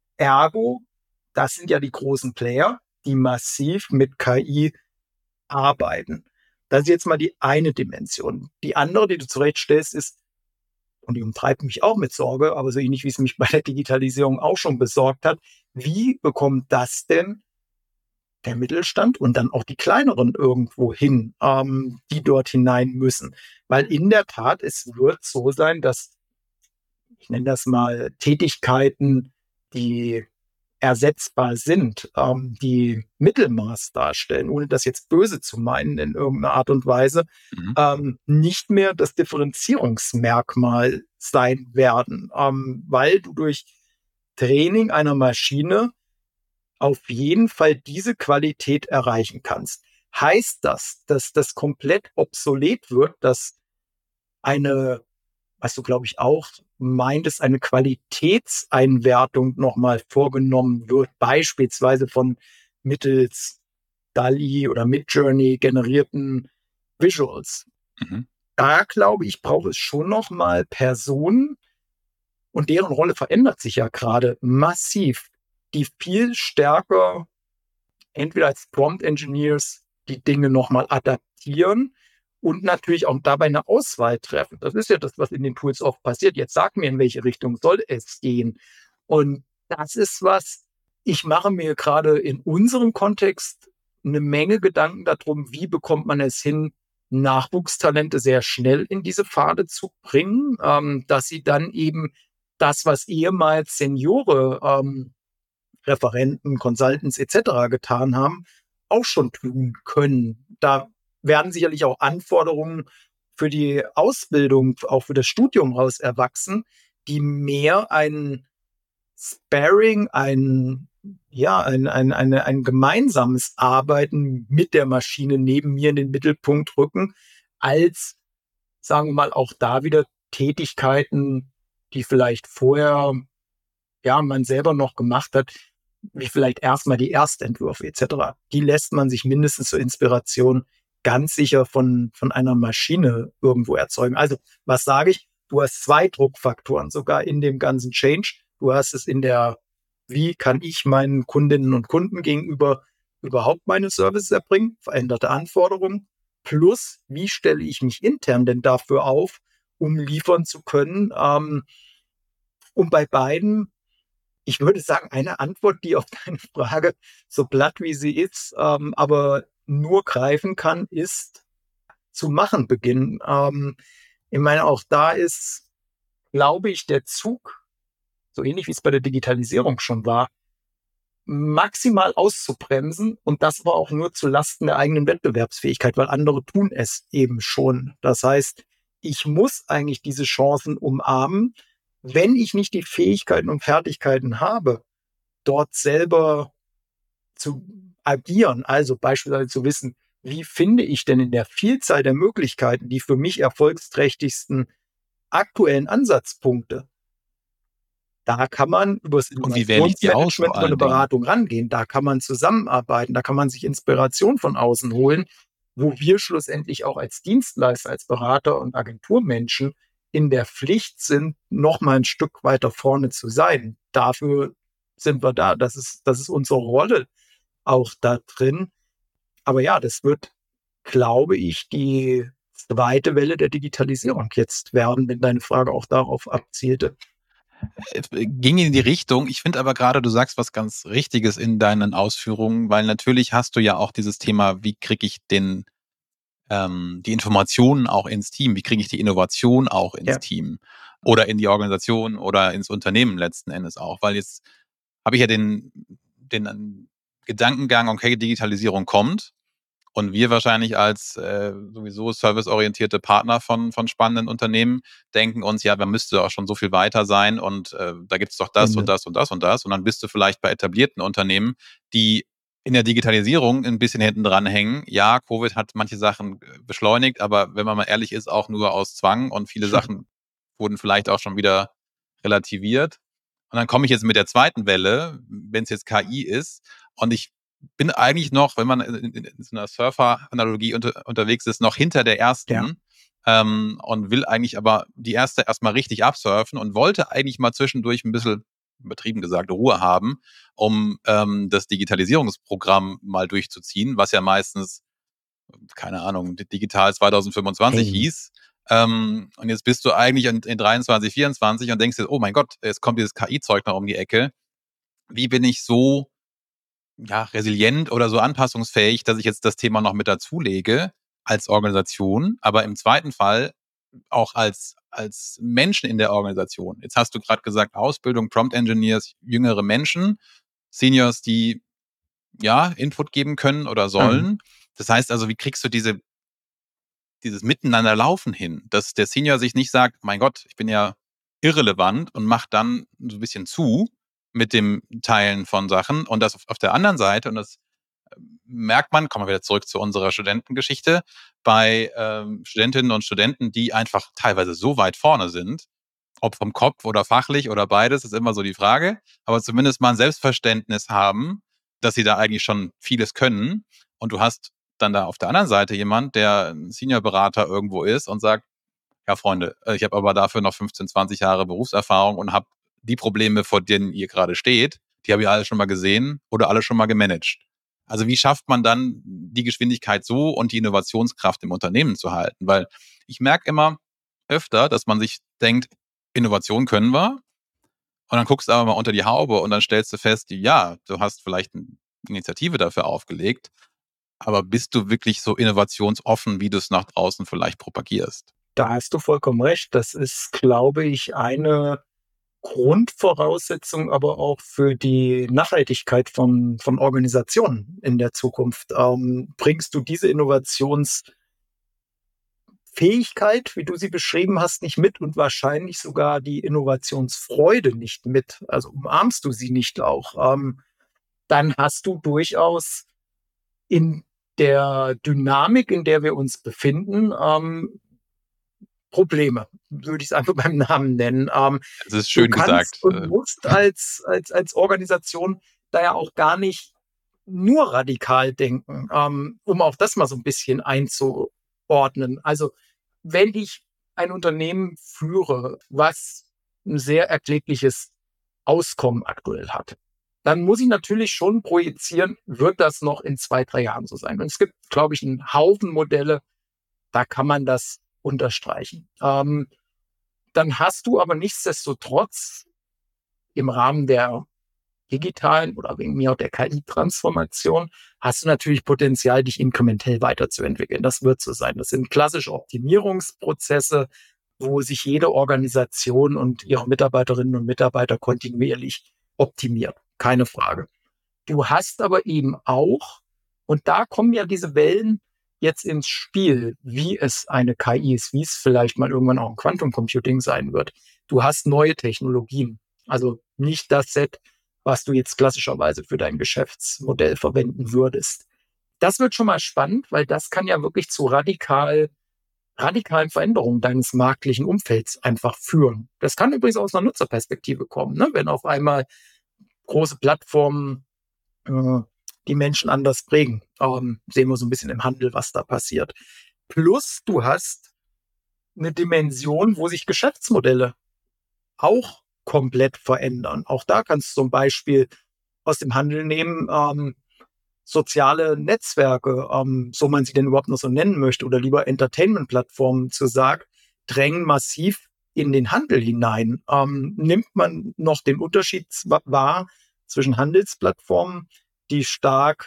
Ergo, das sind ja die großen Player, die massiv mit K I arbeiten. Das ist jetzt mal die eine Dimension. Die andere, die du zurechtstellst, ist, und die umtreibt mich auch mit Sorge, aber so ähnlich wie es mich bei der Digitalisierung auch schon besorgt hat, wie bekommt das denn der Mittelstand und dann auch die kleineren irgendwo hin, ähm, die dort hinein müssen? Weil in der Tat, es wird so sein, dass, ich nenne das mal, Tätigkeiten, die ersetzbar sind, ähm, die Mittelmaß darstellen, ohne das jetzt böse zu meinen in irgendeiner Art und Weise, Mhm. ähm, nicht mehr das Differenzierungsmerkmal sein werden, ähm, weil du durch Training einer Maschine auf jeden Fall diese Qualität erreichen kannst. Heißt das, dass das komplett obsolet wird, dass eine, was du, glaube ich, auch meintest, eine Qualitätseinwertung nochmal vorgenommen wird, beispielsweise von mittels DALL-E oder Midjourney generierten Visuals? Mhm. Da glaube ich, braucht es schon nochmal Personen, und deren Rolle verändert sich ja gerade massiv, die viel stärker entweder als Prompt Engineers die Dinge nochmal adaptieren und natürlich auch dabei eine Auswahl treffen. Das ist ja das, was in den Tools oft passiert. Jetzt sag mir, in welche Richtung soll es gehen. Und das ist was, ich mache mir gerade in unserem Kontext eine Menge Gedanken darum, wie bekommt man es hin, Nachwuchstalente sehr schnell in diese Pfade zu bringen, ähm, dass sie dann eben das, was ehemals Seniore ähm, Referenten, Consultants et cetera getan haben, auch schon tun können. Da werden sicherlich auch Anforderungen für die Ausbildung, auch für das Studium raus erwachsen, die mehr ein Sparring, ein, ja, ein, ein, eine, ein gemeinsames Arbeiten mit der Maschine neben mir in den Mittelpunkt rücken, als, sagen wir mal, auch da wieder Tätigkeiten, die vielleicht vorher, ja, man selber noch gemacht hat, wie vielleicht erstmal die Erstentwürfe et cetera. Die lässt man sich mindestens zur Inspiration ganz sicher von, von einer Maschine irgendwo erzeugen. Also, was sage ich? Du hast zwei Druckfaktoren sogar in dem ganzen Change. Du hast es in der, wie kann ich meinen Kundinnen und Kunden gegenüber überhaupt meine Services erbringen, veränderte Anforderungen, plus wie stelle ich mich intern denn dafür auf, um liefern zu können, ähm, um bei beiden, ich würde sagen, eine Antwort, die auf deine Frage, so platt wie sie ist, ähm, aber nur greifen kann, ist zu machen beginnen. Ähm, ich meine, auch da ist, glaube ich, der Zug, so ähnlich wie es bei der Digitalisierung schon war, maximal auszubremsen und das aber auch nur zu Lasten der eigenen Wettbewerbsfähigkeit, weil andere tun es eben schon. Das heißt, ich muss eigentlich diese Chancen umarmen, wenn ich nicht die Fähigkeiten und Fertigkeiten habe, dort selber zu agieren, also beispielsweise zu wissen, wie finde ich denn in der Vielzahl der Möglichkeiten die für mich erfolgsträchtigsten aktuellen Ansatzpunkte. Da kann man über das Und wie wähle ich die aus vor Innovationsmanagement über eine allen Dingen? Beratung rangehen. Da kann man zusammenarbeiten, da kann man sich Inspiration von außen holen, wo wir schlussendlich auch als Dienstleister, als Berater und Agenturmenschen in der Pflicht sind, noch mal ein Stück weiter vorne zu sein. Dafür sind wir da. Das ist, das ist unsere Rolle auch da drin. Aber ja, das wird, glaube ich, die zweite Welle der Digitalisierung jetzt werden, wenn deine Frage auch darauf abzielte. Ging in die Richtung. Ich finde aber gerade, du sagst was ganz Richtiges in deinen Ausführungen, weil natürlich hast du ja auch dieses Thema, wie kriege ich den, ähm, die Informationen auch ins Team, wie kriege ich die Innovation auch ins Ja. Team oder in die Organisation oder ins Unternehmen letzten Endes auch, weil jetzt habe ich ja den, den Gedankengang, okay, Digitalisierung kommt. Und wir wahrscheinlich als äh, sowieso serviceorientierte Partner von, von spannenden Unternehmen denken uns, ja, man müsste auch schon so viel weiter sein und äh, da gibt es doch das Ende. und das und das und das. Und dann bist du vielleicht bei etablierten Unternehmen, die in der Digitalisierung ein bisschen hinten dran hängen. Ja, Covid hat manche Sachen beschleunigt, aber wenn man mal ehrlich ist, auch nur aus Zwang und viele Sachen wurden vielleicht auch schon wieder relativiert. Und dann komme ich jetzt mit der zweiten Welle, wenn es jetzt K I ist und ich bin eigentlich noch, wenn man in, in, in so einer Surfer-Analogie unter, unterwegs ist, noch hinter der ersten ja. ähm, und will eigentlich aber die erste erstmal richtig absurfen und wollte eigentlich mal zwischendurch ein bisschen, übertrieben gesagt, Ruhe haben, um ähm, das Digitalisierungsprogramm mal durchzuziehen, was ja meistens, keine Ahnung, digital zwanzig fünfundzwanzig hey. hieß. Ähm, und jetzt bist du eigentlich in, in dreiundzwanzig, vierundzwanzig und denkst dir, oh mein Gott, jetzt kommt dieses K I-Zeug noch um die Ecke. Wie bin ich so ja, resilient oder so anpassungsfähig, dass ich jetzt das Thema noch mit dazulege als Organisation, aber im zweiten Fall auch als, als Menschen in der Organisation. Jetzt hast du gerade gesagt, Ausbildung, Prompt Engineers, jüngere Menschen, Seniors, die ja Input geben können oder sollen. Mhm. Das heißt also, wie kriegst du diese, dieses Miteinander laufen hin, dass der Senior sich nicht sagt, mein Gott, ich bin ja irrelevant und macht dann so ein bisschen zu mit dem Teilen von Sachen und das auf, auf der anderen Seite, und das merkt man, kommen wir wieder zurück zu unserer Studentengeschichte, bei ähm, Studentinnen und Studenten, die einfach teilweise so weit vorne sind, ob vom Kopf oder fachlich oder beides, ist immer so die Frage, aber zumindest mal ein Selbstverständnis haben, dass sie da eigentlich schon vieles können und du hast dann da auf der anderen Seite jemand, der ein Senior-Berater irgendwo ist und sagt, ja Freunde, ich habe aber dafür noch fünfzehn, zwanzig Jahre Berufserfahrung und habe die Probleme, vor denen ihr gerade steht, die habe ich alle schon mal gesehen oder alle schon mal gemanagt. Also wie schafft man dann die Geschwindigkeit so und die Innovationskraft im Unternehmen zu halten? Weil ich merke immer öfter, dass man sich denkt, Innovation können wir. Und dann guckst du aber mal unter die Haube und dann stellst du fest, ja, du hast vielleicht eine Initiative dafür aufgelegt, aber bist du wirklich so innovationsoffen, wie du es nach draußen vielleicht propagierst? Da hast du vollkommen recht. Das ist, glaube ich, eine Grundvoraussetzung, aber auch für die Nachhaltigkeit von, von Organisationen in der Zukunft. Ähm, bringst du diese Innovationsfähigkeit, wie du sie beschrieben hast, nicht mit und wahrscheinlich sogar die Innovationsfreude nicht mit, also umarmst du sie nicht auch, ähm, dann hast du durchaus in der Dynamik, in der wir uns befinden, ähm, Probleme, würde ich es einfach beim Namen nennen. Ähm, das ist schön du kannst gesagt. und musst als, als, als Organisation da ja auch gar nicht nur radikal denken, ähm, um auch das mal so ein bisschen einzuordnen. Also wenn ich ein Unternehmen führe, was ein sehr erkleckliches Auskommen aktuell hat, dann muss ich natürlich schon projizieren, wird das noch in zwei, drei Jahren so sein. Und es gibt, glaube ich, einen Haufen Modelle, da kann man das unterstreichen. Ähm, dann hast du aber nichtsdestotrotz im Rahmen der digitalen oder wegen mir auch der K I-Transformation hast du natürlich Potenzial, dich inkrementell weiterzuentwickeln. Das wird so sein. Das sind klassische Optimierungsprozesse, wo sich jede Organisation und ihre Mitarbeiterinnen und Mitarbeiter kontinuierlich optimiert. Keine Frage. Du hast aber eben auch, und da kommen ja diese Wellen jetzt ins Spiel, wie es eine K I ist, wie es vielleicht mal irgendwann auch ein Quantum Computing sein wird. Du hast neue Technologien. Also nicht das Set, was du jetzt klassischerweise für dein Geschäftsmodell verwenden würdest. Das wird schon mal spannend, weil das kann ja wirklich zu radikal, radikalen Veränderungen deines marktlichen Umfelds einfach führen. Das kann übrigens aus einer Nutzerperspektive kommen, ne? Wenn auf einmal große Plattformen äh, die Menschen anders prägen. Ähm, sehen wir so ein bisschen im Handel, was da passiert. Plus, du hast eine Dimension, wo sich Geschäftsmodelle auch komplett verändern. Auch da kannst du zum Beispiel aus dem Handel nehmen, ähm, soziale Netzwerke, ähm, so man sie denn überhaupt noch so nennen möchte, oder lieber Entertainment-Plattformen zu sagen, drängen massiv in den Handel hinein. Ähm, nimmt man noch den Unterschied wahr zwischen Handelsplattformen, die stark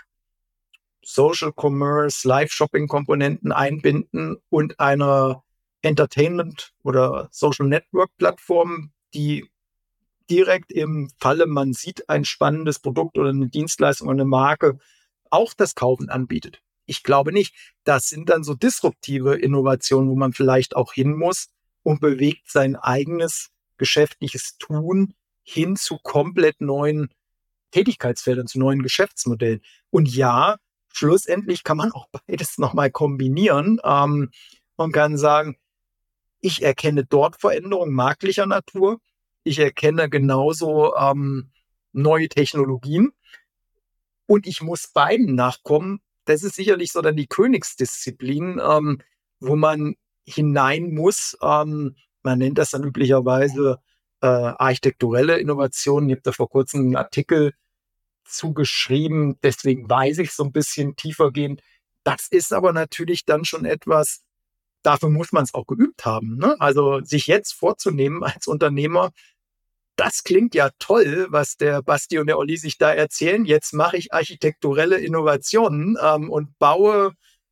Social Commerce, Live-Shopping-Komponenten einbinden, und einer Entertainment- oder Social Network-Plattform, die direkt im Falle, man sieht ein spannendes Produkt oder eine Dienstleistung oder eine Marke, auch das Kaufen anbietet. Ich glaube nicht. Das sind dann so disruptive Innovationen, wo man vielleicht auch hin muss und bewegt sein eigenes geschäftliches Tun hin zu komplett neuen Tätigkeitsfeldern, zu neuen Geschäftsmodellen. Und ja, schlussendlich kann man auch beides nochmal kombinieren. Ähm, man kann sagen, ich erkenne dort Veränderungen marktlicher Natur. Ich erkenne genauso ähm, neue Technologien. Und ich muss beiden nachkommen. Das ist sicherlich so dann die Königsdisziplin, ähm, wo man hinein muss. Ähm, man nennt das dann üblicherweise äh, architekturelle Innovationen. Ich habe da vor kurzem einen Artikel zugeschrieben. Deswegen weiß ich so ein bisschen tiefer gehen. Das ist aber natürlich dann schon etwas, dafür muss man es auch geübt haben. Ne? Also sich jetzt vorzunehmen als Unternehmer, das klingt ja toll, was der Basti und der Olli sich da erzählen. Jetzt mache ich architekturelle Innovationen ähm, und baue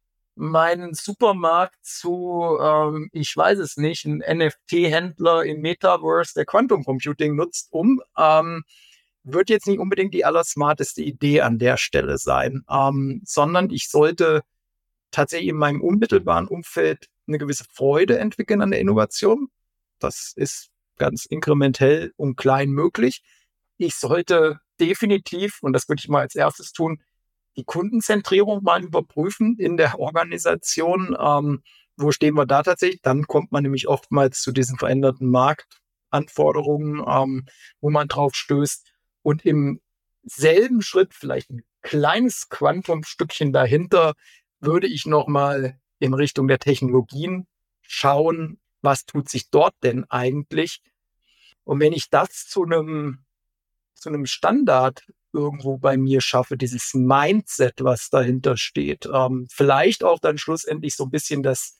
meinen Supermarkt zu, ähm, ich weiß es nicht, ein N F T-Händler im Metaverse, der Quantum Computing nutzt, um. Ähm, wird jetzt nicht unbedingt die allersmarteste Idee an der Stelle sein, ähm, sondern ich sollte tatsächlich in meinem unmittelbaren Umfeld eine gewisse Freude entwickeln an der Innovation. Das ist ganz inkrementell und klein möglich. Ich sollte definitiv, und das würde ich mal als erstes tun, die Kundenzentrierung mal überprüfen in der Organisation. Ähm, wo stehen wir da tatsächlich? Dann kommt man nämlich oftmals zu diesen veränderten Marktanforderungen, ähm, wo man drauf stößt. Und im selben Schritt, vielleicht ein kleines Quantumstückchen dahinter, würde ich nochmal in Richtung der Technologien schauen, was tut sich dort denn eigentlich? Und wenn ich das zu einem, zu einem Standard irgendwo bei mir schaffe, dieses Mindset, was dahinter steht, ähm, vielleicht auch dann schlussendlich so ein bisschen das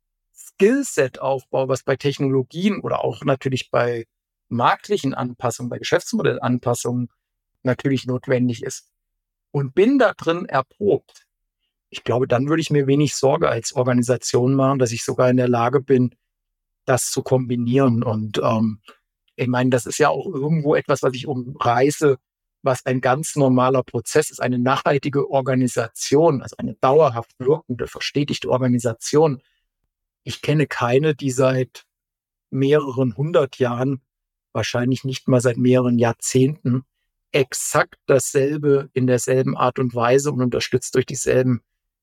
Skillset aufbaue, was bei Technologien oder auch natürlich bei marktlichen Anpassungen, bei Geschäftsmodellanpassungen natürlich notwendig ist, und bin da drin erprobt. Ich glaube, dann würde ich mir wenig Sorge als Organisation machen, dass ich sogar in der Lage bin, das zu kombinieren. Und ähm, ich meine, das ist ja auch irgendwo etwas, was ich umreiße, was ein ganz normaler Prozess ist, eine nachhaltige Organisation, also eine dauerhaft wirkende, verstetigte Organisation. Ich kenne keine, die seit mehreren hundert Jahren, wahrscheinlich nicht mal seit mehreren Jahrzehnten, exakt dasselbe in derselben Art und Weise und unterstützt durch dieselben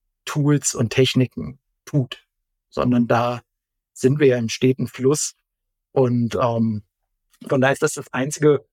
Tools und Techniken tut, sondern da sind wir ja im steten Fluss. Und ähm, von daher ist das das Einzige,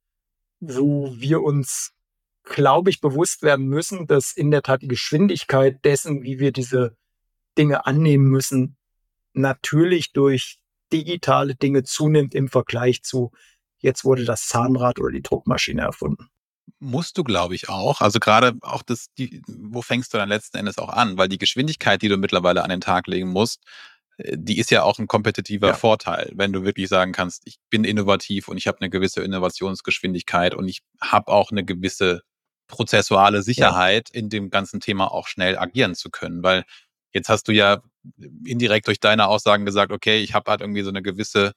wo wir uns, glaube ich, bewusst werden müssen, dass in der Tat die Geschwindigkeit dessen, wie wir diese Dinge annehmen müssen, natürlich durch digitale Dinge zunimmt im Vergleich zu, jetzt wurde das Zahnrad oder die Druckmaschine erfunden. Musst du, glaube ich, auch. Also gerade auch das, die, wo fängst du dann letzten Endes auch an? Weil die Geschwindigkeit, die du mittlerweile an den Tag legen musst, äh, die ist ja auch ein kompetitiver Ja. Vorteil, wenn du wirklich sagen kannst, ich bin innovativ und ich habe eine gewisse Innovationsgeschwindigkeit und ich habe auch eine gewisse prozessuale Sicherheit, in dem ganzen Thema auch schnell agieren zu können. Weil jetzt hast du ja indirekt durch deine Aussagen gesagt, okay, ich habe halt irgendwie so eine gewisse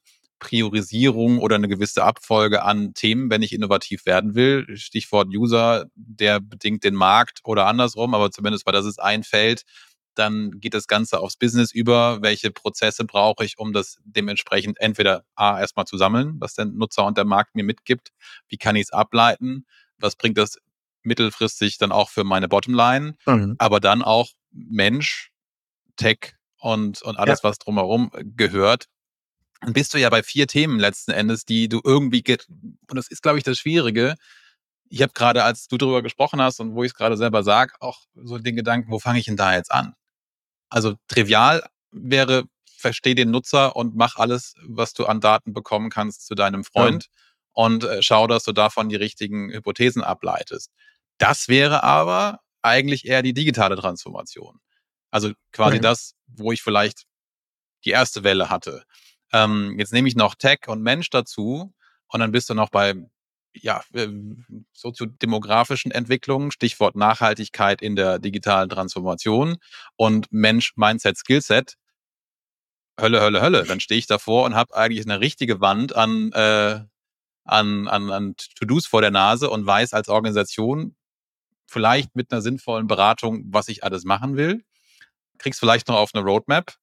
Priorisierung oder eine gewisse Abfolge an Themen, wenn ich innovativ werden will. Stichwort User, der bedingt den Markt oder andersrum, aber zumindest, weil das ist ein Feld. Dann geht das Ganze aufs Business über. Welche Prozesse brauche ich, um das dementsprechend entweder A, erstmal zu sammeln, was der Nutzer und der Markt mir mitgibt. Wie kann ich es ableiten? Was bringt das mittelfristig dann auch für meine Bottomline? Mhm. Aber dann auch Mensch, Tech und, und alles, Ja. was drumherum gehört. Dann bist du ja bei vier Themen letzten Endes, die du irgendwie, get- und das ist, glaube ich, das Schwierige. Ich habe gerade, als du darüber gesprochen hast und wo ich es gerade selber sage, auch so den Gedanken, wo fange ich denn da jetzt an? Also trivial wäre, versteh den Nutzer und mach alles, was du an Daten bekommen kannst, zu deinem Ja. Freund und äh, schau, dass du davon die richtigen Hypothesen ableitest. Das wäre aber eigentlich eher die digitale Transformation. Also quasi Mhm. das, wo ich vielleicht die erste Welle hatte. Ähm, jetzt nehme ich noch Tech und Mensch dazu und dann bist du noch bei ja, äh, soziodemografischen Entwicklungen, Stichwort Nachhaltigkeit in der digitalen Transformation und Mensch, Mindset, Skillset. Hölle, Hölle, Hölle. Dann stehe ich davor und habe eigentlich eine richtige Wand an, äh, an, an, an To-Dos vor der Nase und weiß als Organisation vielleicht mit einer sinnvollen Beratung, was ich alles machen will. Kriegst vielleicht noch auf eine Roadmap,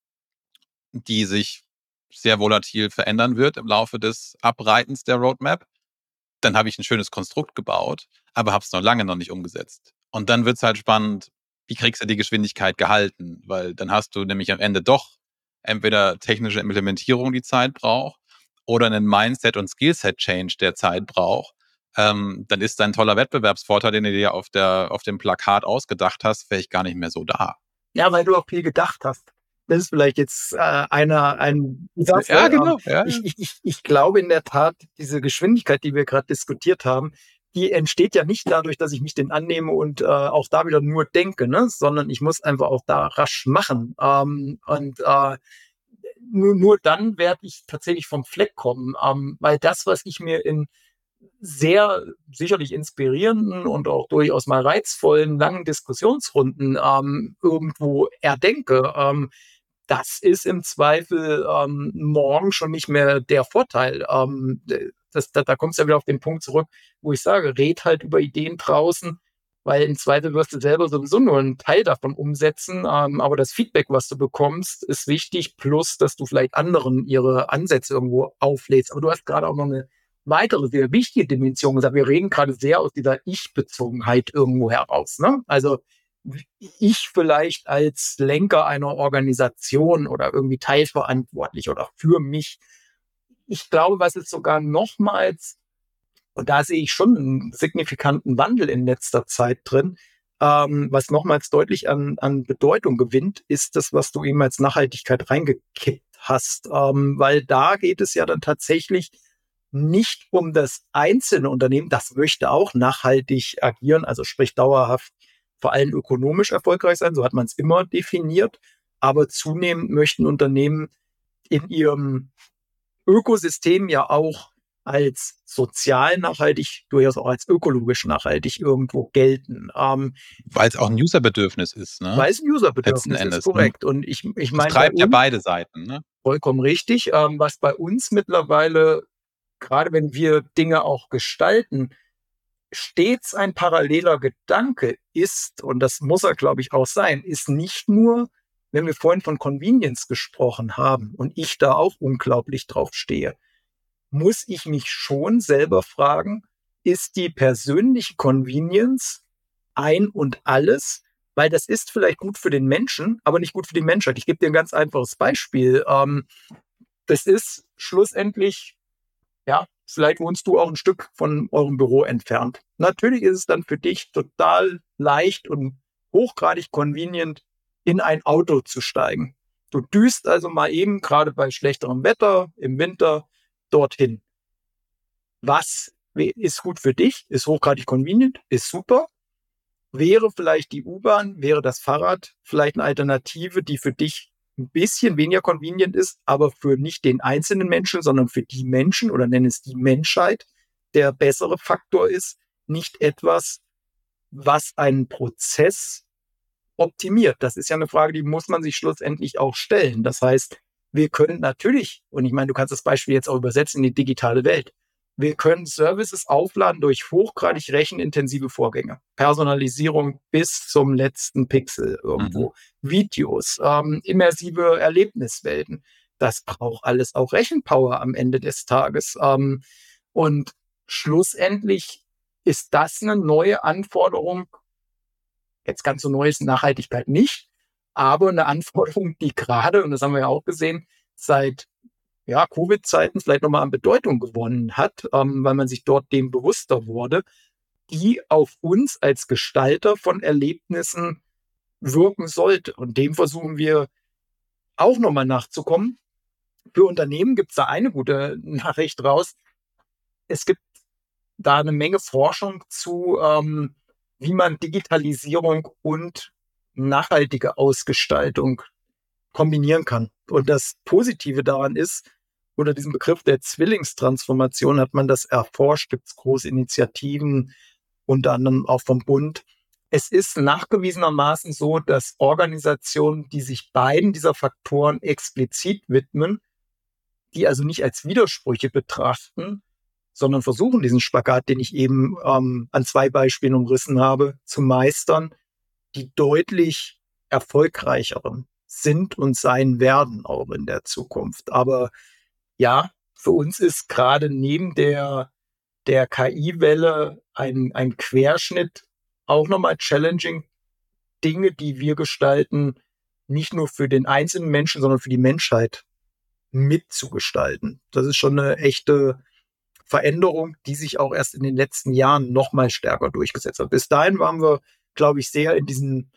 die sich sehr volatil verändern wird im Laufe des Abreitens der Roadmap. Dann habe ich ein schönes Konstrukt gebaut, aber habe es noch lange noch nicht umgesetzt. Und dann wird es halt spannend, wie kriegst du die Geschwindigkeit gehalten? Weil dann hast du nämlich am Ende doch entweder technische Implementierung, die Zeit braucht, oder einen Mindset- und Skillset-Change, der Zeit braucht. Ähm, dann ist dein toller Wettbewerbsvorteil, den du dir auf, der, auf dem Plakat ausgedacht hast, vielleicht gar nicht mehr so da. Ja, weil du auch viel gedacht hast. Das ist vielleicht jetzt äh, einer, ein Satz, Ja, ne? ähm, genau. Ja, ja. ich, ich, ich, ich glaube in der Tat, diese Geschwindigkeit, die wir gerade diskutiert haben, die entsteht ja nicht dadurch, dass ich mich den annehme und äh, auch da wieder nur denke, ne? Sondern ich muss einfach auch da rasch machen. Ähm, und äh, nur, nur dann werde ich tatsächlich vom Fleck kommen, ähm, weil das, was ich mir in sehr sicherlich inspirierenden und auch durchaus mal reizvollen langen Diskussionsrunden ähm, irgendwo erdenke, ähm, das ist im Zweifel ähm, morgen schon nicht mehr der Vorteil. Ähm, das, da, da kommst du ja wieder auf den Punkt zurück, wo ich sage, red halt über Ideen draußen, weil im Zweifel wirst du selber sowieso nur einen Teil davon umsetzen. Ähm, aber das Feedback, was du bekommst, ist wichtig, plus, dass du vielleicht anderen ihre Ansätze irgendwo auflädst. Aber du hast gerade auch noch eine weitere sehr wichtige Dimension gesagt. Wir reden gerade sehr aus dieser Ich-Bezogenheit irgendwo heraus. Ne? Also ich vielleicht als Lenker einer Organisation oder irgendwie teilverantwortlich oder für mich. Ich glaube, was es sogar nochmals, und da sehe ich schon einen signifikanten Wandel in letzter Zeit drin, ähm, was nochmals deutlich an, an Bedeutung gewinnt, ist das, was du eben als Nachhaltigkeit reingekippt hast. Ähm, weil da geht es ja dann tatsächlich nicht um das einzelne Unternehmen, das möchte auch nachhaltig agieren, also sprich dauerhaft vor allem ökonomisch erfolgreich sein, so hat man es immer definiert. Aber zunehmend möchten Unternehmen in ihrem Ökosystem ja auch als sozial nachhaltig, durchaus auch als ökologisch nachhaltig irgendwo gelten. Ähm, Weil es auch ein Userbedürfnis ist, ne? weil es ein Letzten Userbedürfnis ist, Endes. Ne? korrekt. Und ich, ich Das meine bei treibt ja uns, beide Seiten, ne? vollkommen richtig, ähm, was bei uns mittlerweile, gerade wenn wir Dinge auch gestalten, stets ein paralleler Gedanke ist, und das muss er, glaube ich, auch sein, ist nicht nur, wenn wir vorhin von Convenience gesprochen haben und ich da auch unglaublich drauf stehe, muss ich mich schon selber fragen, ist die persönliche Convenience ein und alles? Weil das ist vielleicht gut für den Menschen, aber nicht gut für die Menschheit. Ich gebe dir ein ganz einfaches Beispiel. Ähm, das ist schlussendlich, ja, vielleicht wohnst du auch ein Stück von eurem Büro entfernt. Natürlich ist es dann für dich total leicht und hochgradig convenient, in ein Auto zu steigen. Du düst also mal eben, gerade bei schlechterem Wetter im Winter, dorthin. Was ist gut für dich? Ist hochgradig convenient? Ist super. Wäre vielleicht die U-Bahn, wäre das Fahrrad vielleicht eine Alternative, die für dich ein bisschen weniger convenient ist, aber für nicht den einzelnen Menschen, sondern für die Menschen oder nenne es die Menschheit, der bessere Faktor ist, nicht etwas, was einen Prozess optimiert. Das ist ja eine Frage, die muss man sich schlussendlich auch stellen. Das heißt, Wir können natürlich, und ich meine, du kannst das Beispiel jetzt auch übersetzen in die digitale Welt, wir können Services aufladen durch hochgradig rechenintensive Vorgänge. Personalisierung bis zum letzten Pixel Mhm. irgendwo. Videos, ähm, immersive Erlebniswelten. Das braucht alles auch Rechenpower am Ende des Tages. Ähm, und schlussendlich ist das eine neue Anforderung. Jetzt ganz so neu ist Nachhaltigkeit nicht, aber eine Anforderung, die gerade, und das haben wir ja auch gesehen, seit ja, Covid-Zeiten vielleicht nochmal an Bedeutung gewonnen hat, ähm, weil man sich dort dem bewusster wurde, die auf uns als Gestalter von Erlebnissen wirken sollte. Und dem versuchen wir auch nochmal nachzukommen. Für Unternehmen gibt es da eine gute Nachricht raus. Es gibt da eine Menge Forschung zu, ähm, wie man Digitalisierung und nachhaltige Ausgestaltung kombinieren kann. Und das Positive daran ist, unter diesem Begriff der Zwillingstransformation hat man das erforscht, gibt es große Initiativen, unter anderem auch vom Bund. Es ist nachgewiesenermaßen so, dass Organisationen, die sich beiden dieser Faktoren explizit widmen, die also nicht als Widersprüche betrachten, sondern versuchen, diesen Spagat, den ich eben ähm, an zwei Beispielen umrissen habe, zu meistern, die deutlich erfolgreicheren sind und sein werden auch in der Zukunft. Aber ja, für uns ist gerade neben der, der K I-Welle ein, ein Querschnitt auch nochmal challenging. Dinge, die wir gestalten, nicht nur für den einzelnen Menschen, sondern für die Menschheit mitzugestalten. Das ist schon eine echte Veränderung, die sich auch erst in den letzten Jahren noch mal stärker durchgesetzt hat. Bis dahin waren wir, glaube ich, sehr in diesen,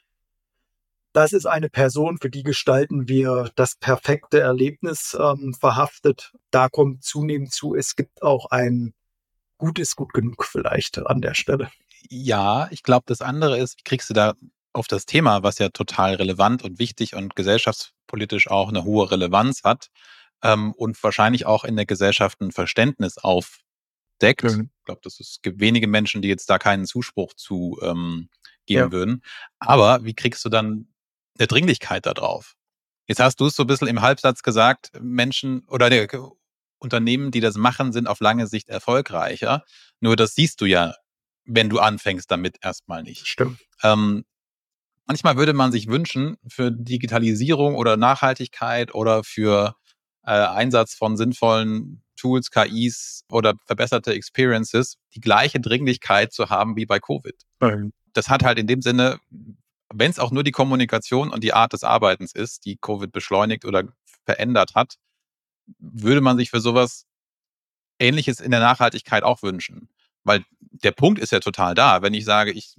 das ist eine Person, für die gestalten wir das perfekte Erlebnis ähm, verhaftet. Da kommt zunehmend zu, es gibt auch ein gutes gut genug vielleicht an der Stelle. Ja, ich glaube, das andere ist, wie kriegst du da auf das Thema, was ja total relevant und wichtig und gesellschaftspolitisch auch eine hohe Relevanz hat, ähm, und wahrscheinlich auch in der Gesellschaft ein Verständnis aufdeckt. Mhm. Ich glaube, das ist, es gibt wenige Menschen, die jetzt da keinen Zuspruch zu ähm, geben Ja. würden. Aber wie kriegst du dann eine Dringlichkeit da drauf? Jetzt hast du es so ein bisschen im Halbsatz gesagt, Menschen oder ne, Unternehmen, die das machen, sind auf lange Sicht erfolgreicher. Nur das siehst du ja, wenn du anfängst damit erstmal nicht. Stimmt. Ähm, manchmal würde man sich wünschen, für Digitalisierung oder Nachhaltigkeit oder für äh, Einsatz von sinnvollen Tools, K Is oder verbesserte Experiences die gleiche Dringlichkeit zu haben wie bei Covid. Mhm. Das hat halt in dem Sinne, wenn es auch nur die Kommunikation und die Art des Arbeitens ist, die Covid beschleunigt oder verändert hat, würde man sich für sowas Ähnliches in der Nachhaltigkeit auch wünschen. Weil der Punkt ist ja total da. Wenn ich sage, ich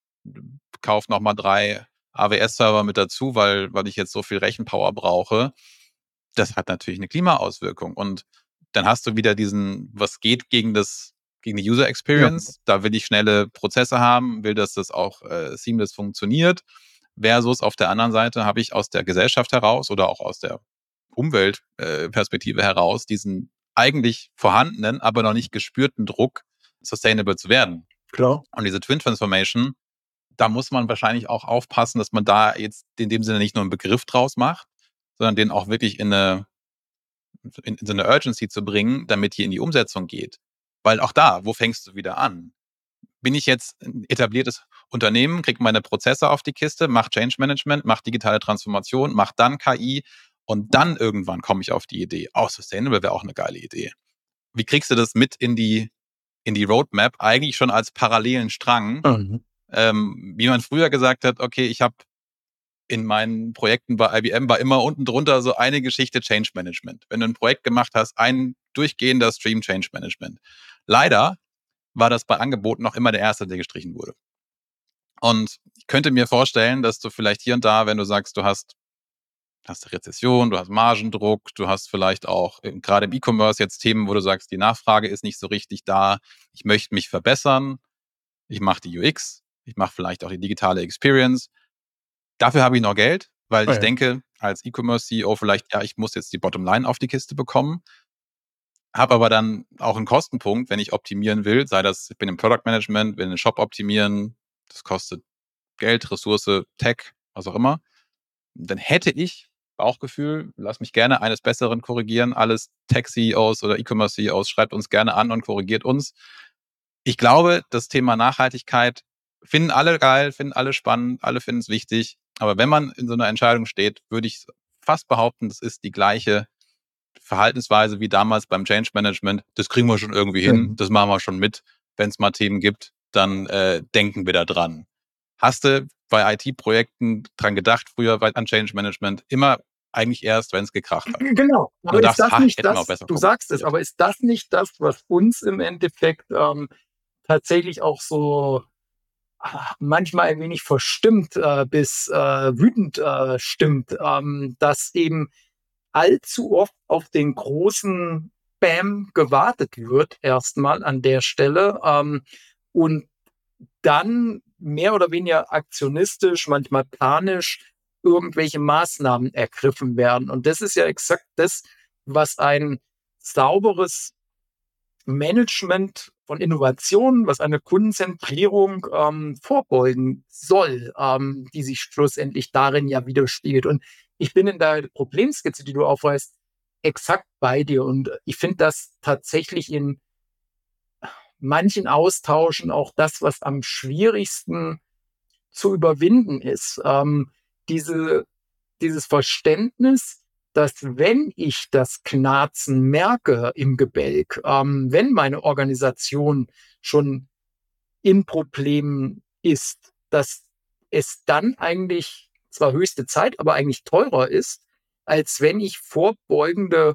kaufe nochmal drei A W S-Server mit dazu, weil, weil ich jetzt so viel Rechenpower brauche, das hat natürlich eine Klimaauswirkung. Und dann hast du wieder diesen, was geht gegen das, gegen die User Ja, Experience. Da will ich schnelle Prozesse haben, will, dass das auch äh, seamless funktioniert. Versus auf der anderen Seite habe ich aus der Gesellschaft heraus oder auch aus der Umweltperspektive äh, heraus diesen eigentlich vorhandenen, aber noch nicht gespürten Druck, sustainable zu werden. klar. Und diese Twin Transformation, da muss man wahrscheinlich auch aufpassen, dass man da jetzt in dem Sinne nicht nur einen Begriff draus macht, sondern den auch wirklich in eine, in, in so eine Urgency zu bringen, damit hier in die Umsetzung geht. Weil auch da, wo fängst du wieder an? Bin ich jetzt ein etabliertes Unternehmen, kriege meine Prozesse auf die Kiste, mache Change Management, mache digitale Transformation, mache dann K I und dann irgendwann komme ich auf die Idee, oh, Sustainable wäre auch eine geile Idee. Wie kriegst du das mit in die, in die Roadmap, eigentlich schon als parallelen Strang, Mhm. ähm, wie man früher gesagt hat, okay, ich habe in meinen Projekten bei I B M war immer unten drunter so eine Geschichte Change Management. Wenn du ein Projekt gemacht hast, ein durchgehender Stream Change Management. Leider war das bei Angeboten noch immer der erste, der gestrichen wurde. Und ich könnte mir vorstellen, dass du vielleicht hier und da, wenn du sagst, du hast, hast Rezession, du hast Margendruck, du hast vielleicht auch äh, gerade im E-Commerce jetzt Themen, wo du sagst, die Nachfrage ist nicht so richtig da, ich möchte mich verbessern, ich mache die U X, ich mache vielleicht auch die digitale Experience. Dafür habe ich noch Geld, weil ich Ja, denke, als E-Commerce-C E O vielleicht, ja, ich muss jetzt die Bottomline auf die Kiste bekommen, habe aber dann auch einen Kostenpunkt, wenn ich optimieren will, sei das, ich bin im Product Management, will einen Shop optimieren, das kostet Geld, Ressource, Tech, was auch immer, dann hätte ich Bauchgefühl, lass mich gerne eines Besseren korrigieren. Alles Tech-C E Os oder E-Commerce-C E Os, schreibt uns gerne an und korrigiert uns. Ich glaube, das Thema Nachhaltigkeit finden alle geil, finden alle spannend, alle finden es wichtig. Aber wenn man in so einer Entscheidung steht, würde ich fast behaupten, das ist die gleiche Verhaltensweise wie damals beim Change Management. Das kriegen wir schon irgendwie hin, Mhm. das machen wir schon mit. Wenn es mal Themen gibt, dann äh, denken wir da dran. Hast du bei I T-Projekten dran gedacht, früher an Change Management, immer eigentlich erst, wenn es gekracht hat? Genau. Und Aber du ist dachtest, das ha, nicht hätten wir auch das, besser du sagst es, kommuniziert. aber ist das nicht das, was uns im Endeffekt ähm, tatsächlich auch so ah, manchmal ein wenig verstimmt äh, bis äh, wütend äh, stimmt, ähm, dass eben allzu oft auf den großen Bam gewartet wird, erstmal an der Stelle. Ähm, und dann mehr oder weniger aktionistisch, manchmal panisch irgendwelche Maßnahmen ergriffen werden. Und das ist ja exakt das, was ein sauberes Management von Innovationen, was eine Kundenzentrierung ähm, vorbeugen soll, ähm, die sich schlussendlich darin ja widerspiegelt. Und ich bin in der Problemskizze, die du aufweist, exakt bei dir. Und ich finde das tatsächlich in manchen Austauschen auch das, was am schwierigsten zu überwinden ist. Ähm, diese, dieses Verständnis, dass wenn ich das Knarzen merke im Gebälk, ähm, wenn meine Organisation schon in Problemen ist, dass es dann eigentlich zwar höchste Zeit, aber eigentlich teurer ist, als wenn ich vorbeugende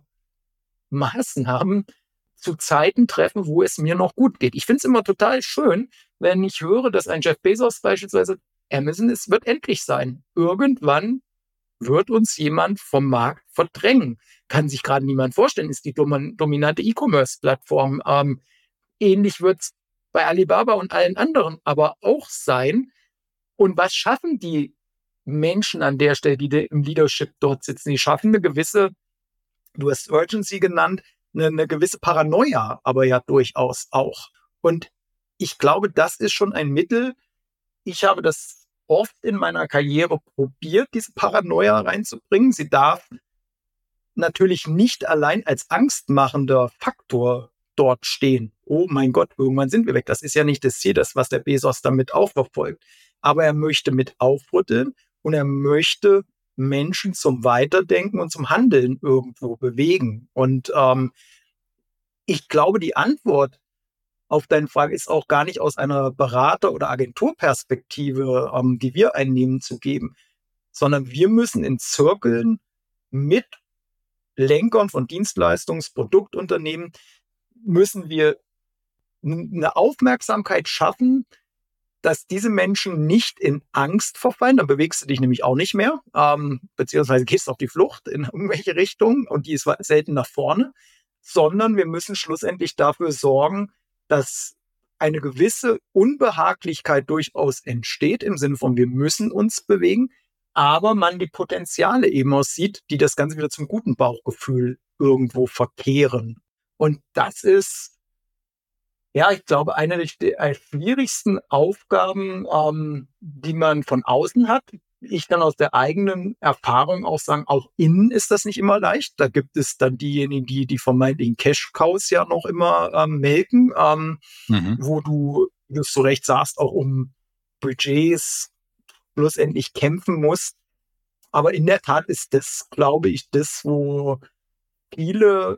Maßnahmen zu Zeiten treffe, wo es mir noch gut geht. Ich finde es immer total schön, wenn ich höre, dass ein Jeff Bezos beispielsweise, Amazon, es wird endlich sein. Irgendwann wird uns jemand vom Markt verdrängen. Kann sich gerade niemand vorstellen, ist die dom- dominante E-Commerce-Plattform. Ähm, ähnlich wird es bei Alibaba und allen anderen aber auch sein. Und was schaffen die Menschen an der Stelle, die im Leadership dort sitzen? Die schaffen eine gewisse, du hast Urgency genannt, eine, eine gewisse Paranoia, aber ja durchaus auch. Und ich glaube, das ist schon ein Mittel. Ich habe das oft in meiner Karriere probiert, diese Paranoia reinzubringen. Sie darf natürlich nicht allein als angstmachender Faktor dort stehen. Oh mein Gott, irgendwann sind wir weg. Das ist ja nicht das Ziel, das, was der Bezos damit auch verfolgt. Aber er möchte mit aufrütteln und er möchte Menschen zum Weiterdenken und zum Handeln irgendwo bewegen. Und ähm, ich glaube, die Antwort auf deine Frage ist auch gar nicht aus einer Berater- oder Agenturperspektive, ähm, die wir einnehmen, zu geben, sondern wir müssen in Zirkeln mit Lenkern von Dienstleistungs-Produktunternehmen müssen wir eine Aufmerksamkeit schaffen, dass diese Menschen nicht in Angst verfallen. Dann bewegst du dich nämlich auch nicht mehr, ähm, beziehungsweise gehst auf die Flucht in irgendwelche Richtungen und die ist selten nach vorne, sondern wir müssen schlussendlich dafür sorgen, dass eine gewisse Unbehaglichkeit durchaus entsteht, im Sinne von, wir müssen uns bewegen, aber man die Potenziale eben aussieht, die das Ganze wieder zum guten Bauchgefühl irgendwo verkehren. Und das ist, ja, ich glaube, eine der schwierigsten Aufgaben, ähm, die man von außen hat. Ich kann aus der eigenen Erfahrung auch sagen, auch innen ist das nicht immer leicht. Da gibt es dann diejenigen, die die vermeintlichen Cash-Cows ja noch immer ähm, melken, ähm, Mhm. wo du, wie du es zu Recht sagst, auch um Budgets schlussendlich kämpfen musst. Aber in der Tat ist das, glaube ich, das, wo viele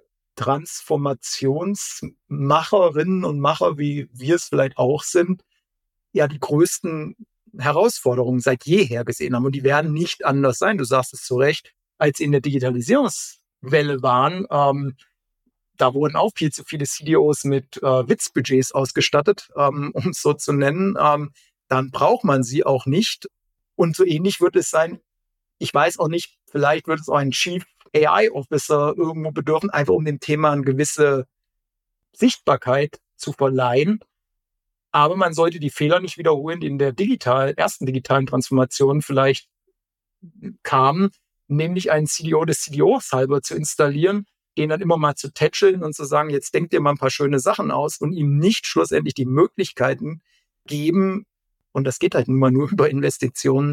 Transformationsmacherinnen und Macher, wie wir es vielleicht auch sind, ja die größten Herausforderungen seit jeher gesehen haben. Und die werden nicht anders sein. Du sagst es zu Recht, als sie in der Digitalisierungswelle waren. Ähm, da wurden auch viel zu viele C D Os mit äh, Witzbudgets ausgestattet, ähm, um es so zu nennen. Ähm, dann braucht man sie auch nicht. Und so ähnlich wird es sein. Ich weiß auch nicht, vielleicht wird es auch einen Chief A I Officer irgendwo bedürfen, einfach um dem Thema eine gewisse Sichtbarkeit zu verleihen. Aber man sollte die Fehler nicht wiederholen, die in der digital, ersten digitalen Transformation vielleicht kamen, nämlich einen C D O des C D Os halber zu installieren, den dann immer mal zu tätscheln und zu sagen, jetzt denkt ihr mal ein paar schöne Sachen aus und ihm nicht schlussendlich die Möglichkeiten geben, und das geht halt nun mal nur über Investitionen,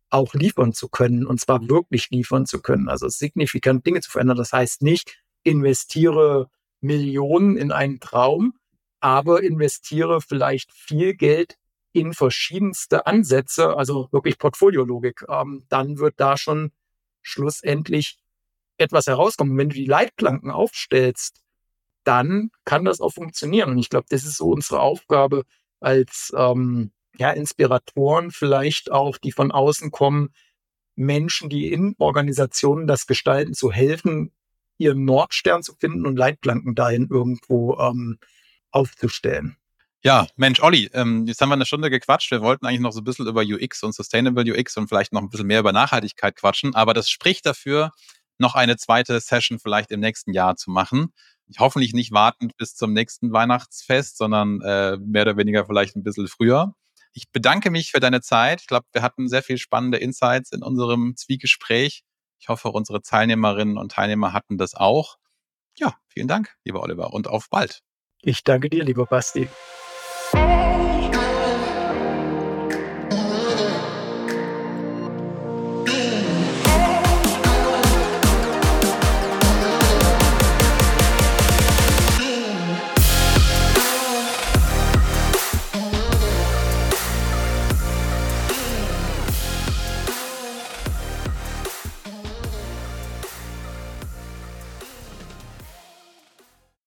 auch liefern zu können, und zwar wirklich liefern zu können. Also signifikant Dinge zu verändern. Das heißt nicht, investiere Millionen in einen Traum, aber investiere vielleicht viel Geld in verschiedenste Ansätze, also wirklich Portfoliologik. Ähm, dann wird da schon schlussendlich etwas herauskommen. Wenn du die Leitplanken aufstellst, dann kann das auch funktionieren. Und ich glaube, das ist so unsere Aufgabe als ähm, ja, Inspiratoren, vielleicht auch, die von außen kommen, Menschen, die in Organisationen das gestalten, zu helfen, ihren Nordstern zu finden und Leitplanken dahin irgendwo ähm, aufzustellen. Ja, Mensch, Olli, ähm, jetzt haben wir eine Stunde gequatscht. Wir wollten eigentlich noch so ein bisschen über U X und Sustainable U X und vielleicht noch ein bisschen mehr über Nachhaltigkeit quatschen, aber das spricht dafür, noch eine zweite Session vielleicht im nächsten Jahr zu machen. Ich hoffentlich nicht wartend bis zum nächsten Weihnachtsfest, sondern äh, mehr oder weniger vielleicht ein bisschen früher. Ich bedanke mich für deine Zeit. Ich glaube, wir hatten sehr viel spannende Insights in unserem Zwiegespräch. Ich hoffe, unsere Teilnehmerinnen und Teilnehmer hatten das auch. Ja, vielen Dank, lieber Oliver, und auf bald. Ich danke dir, lieber Basti.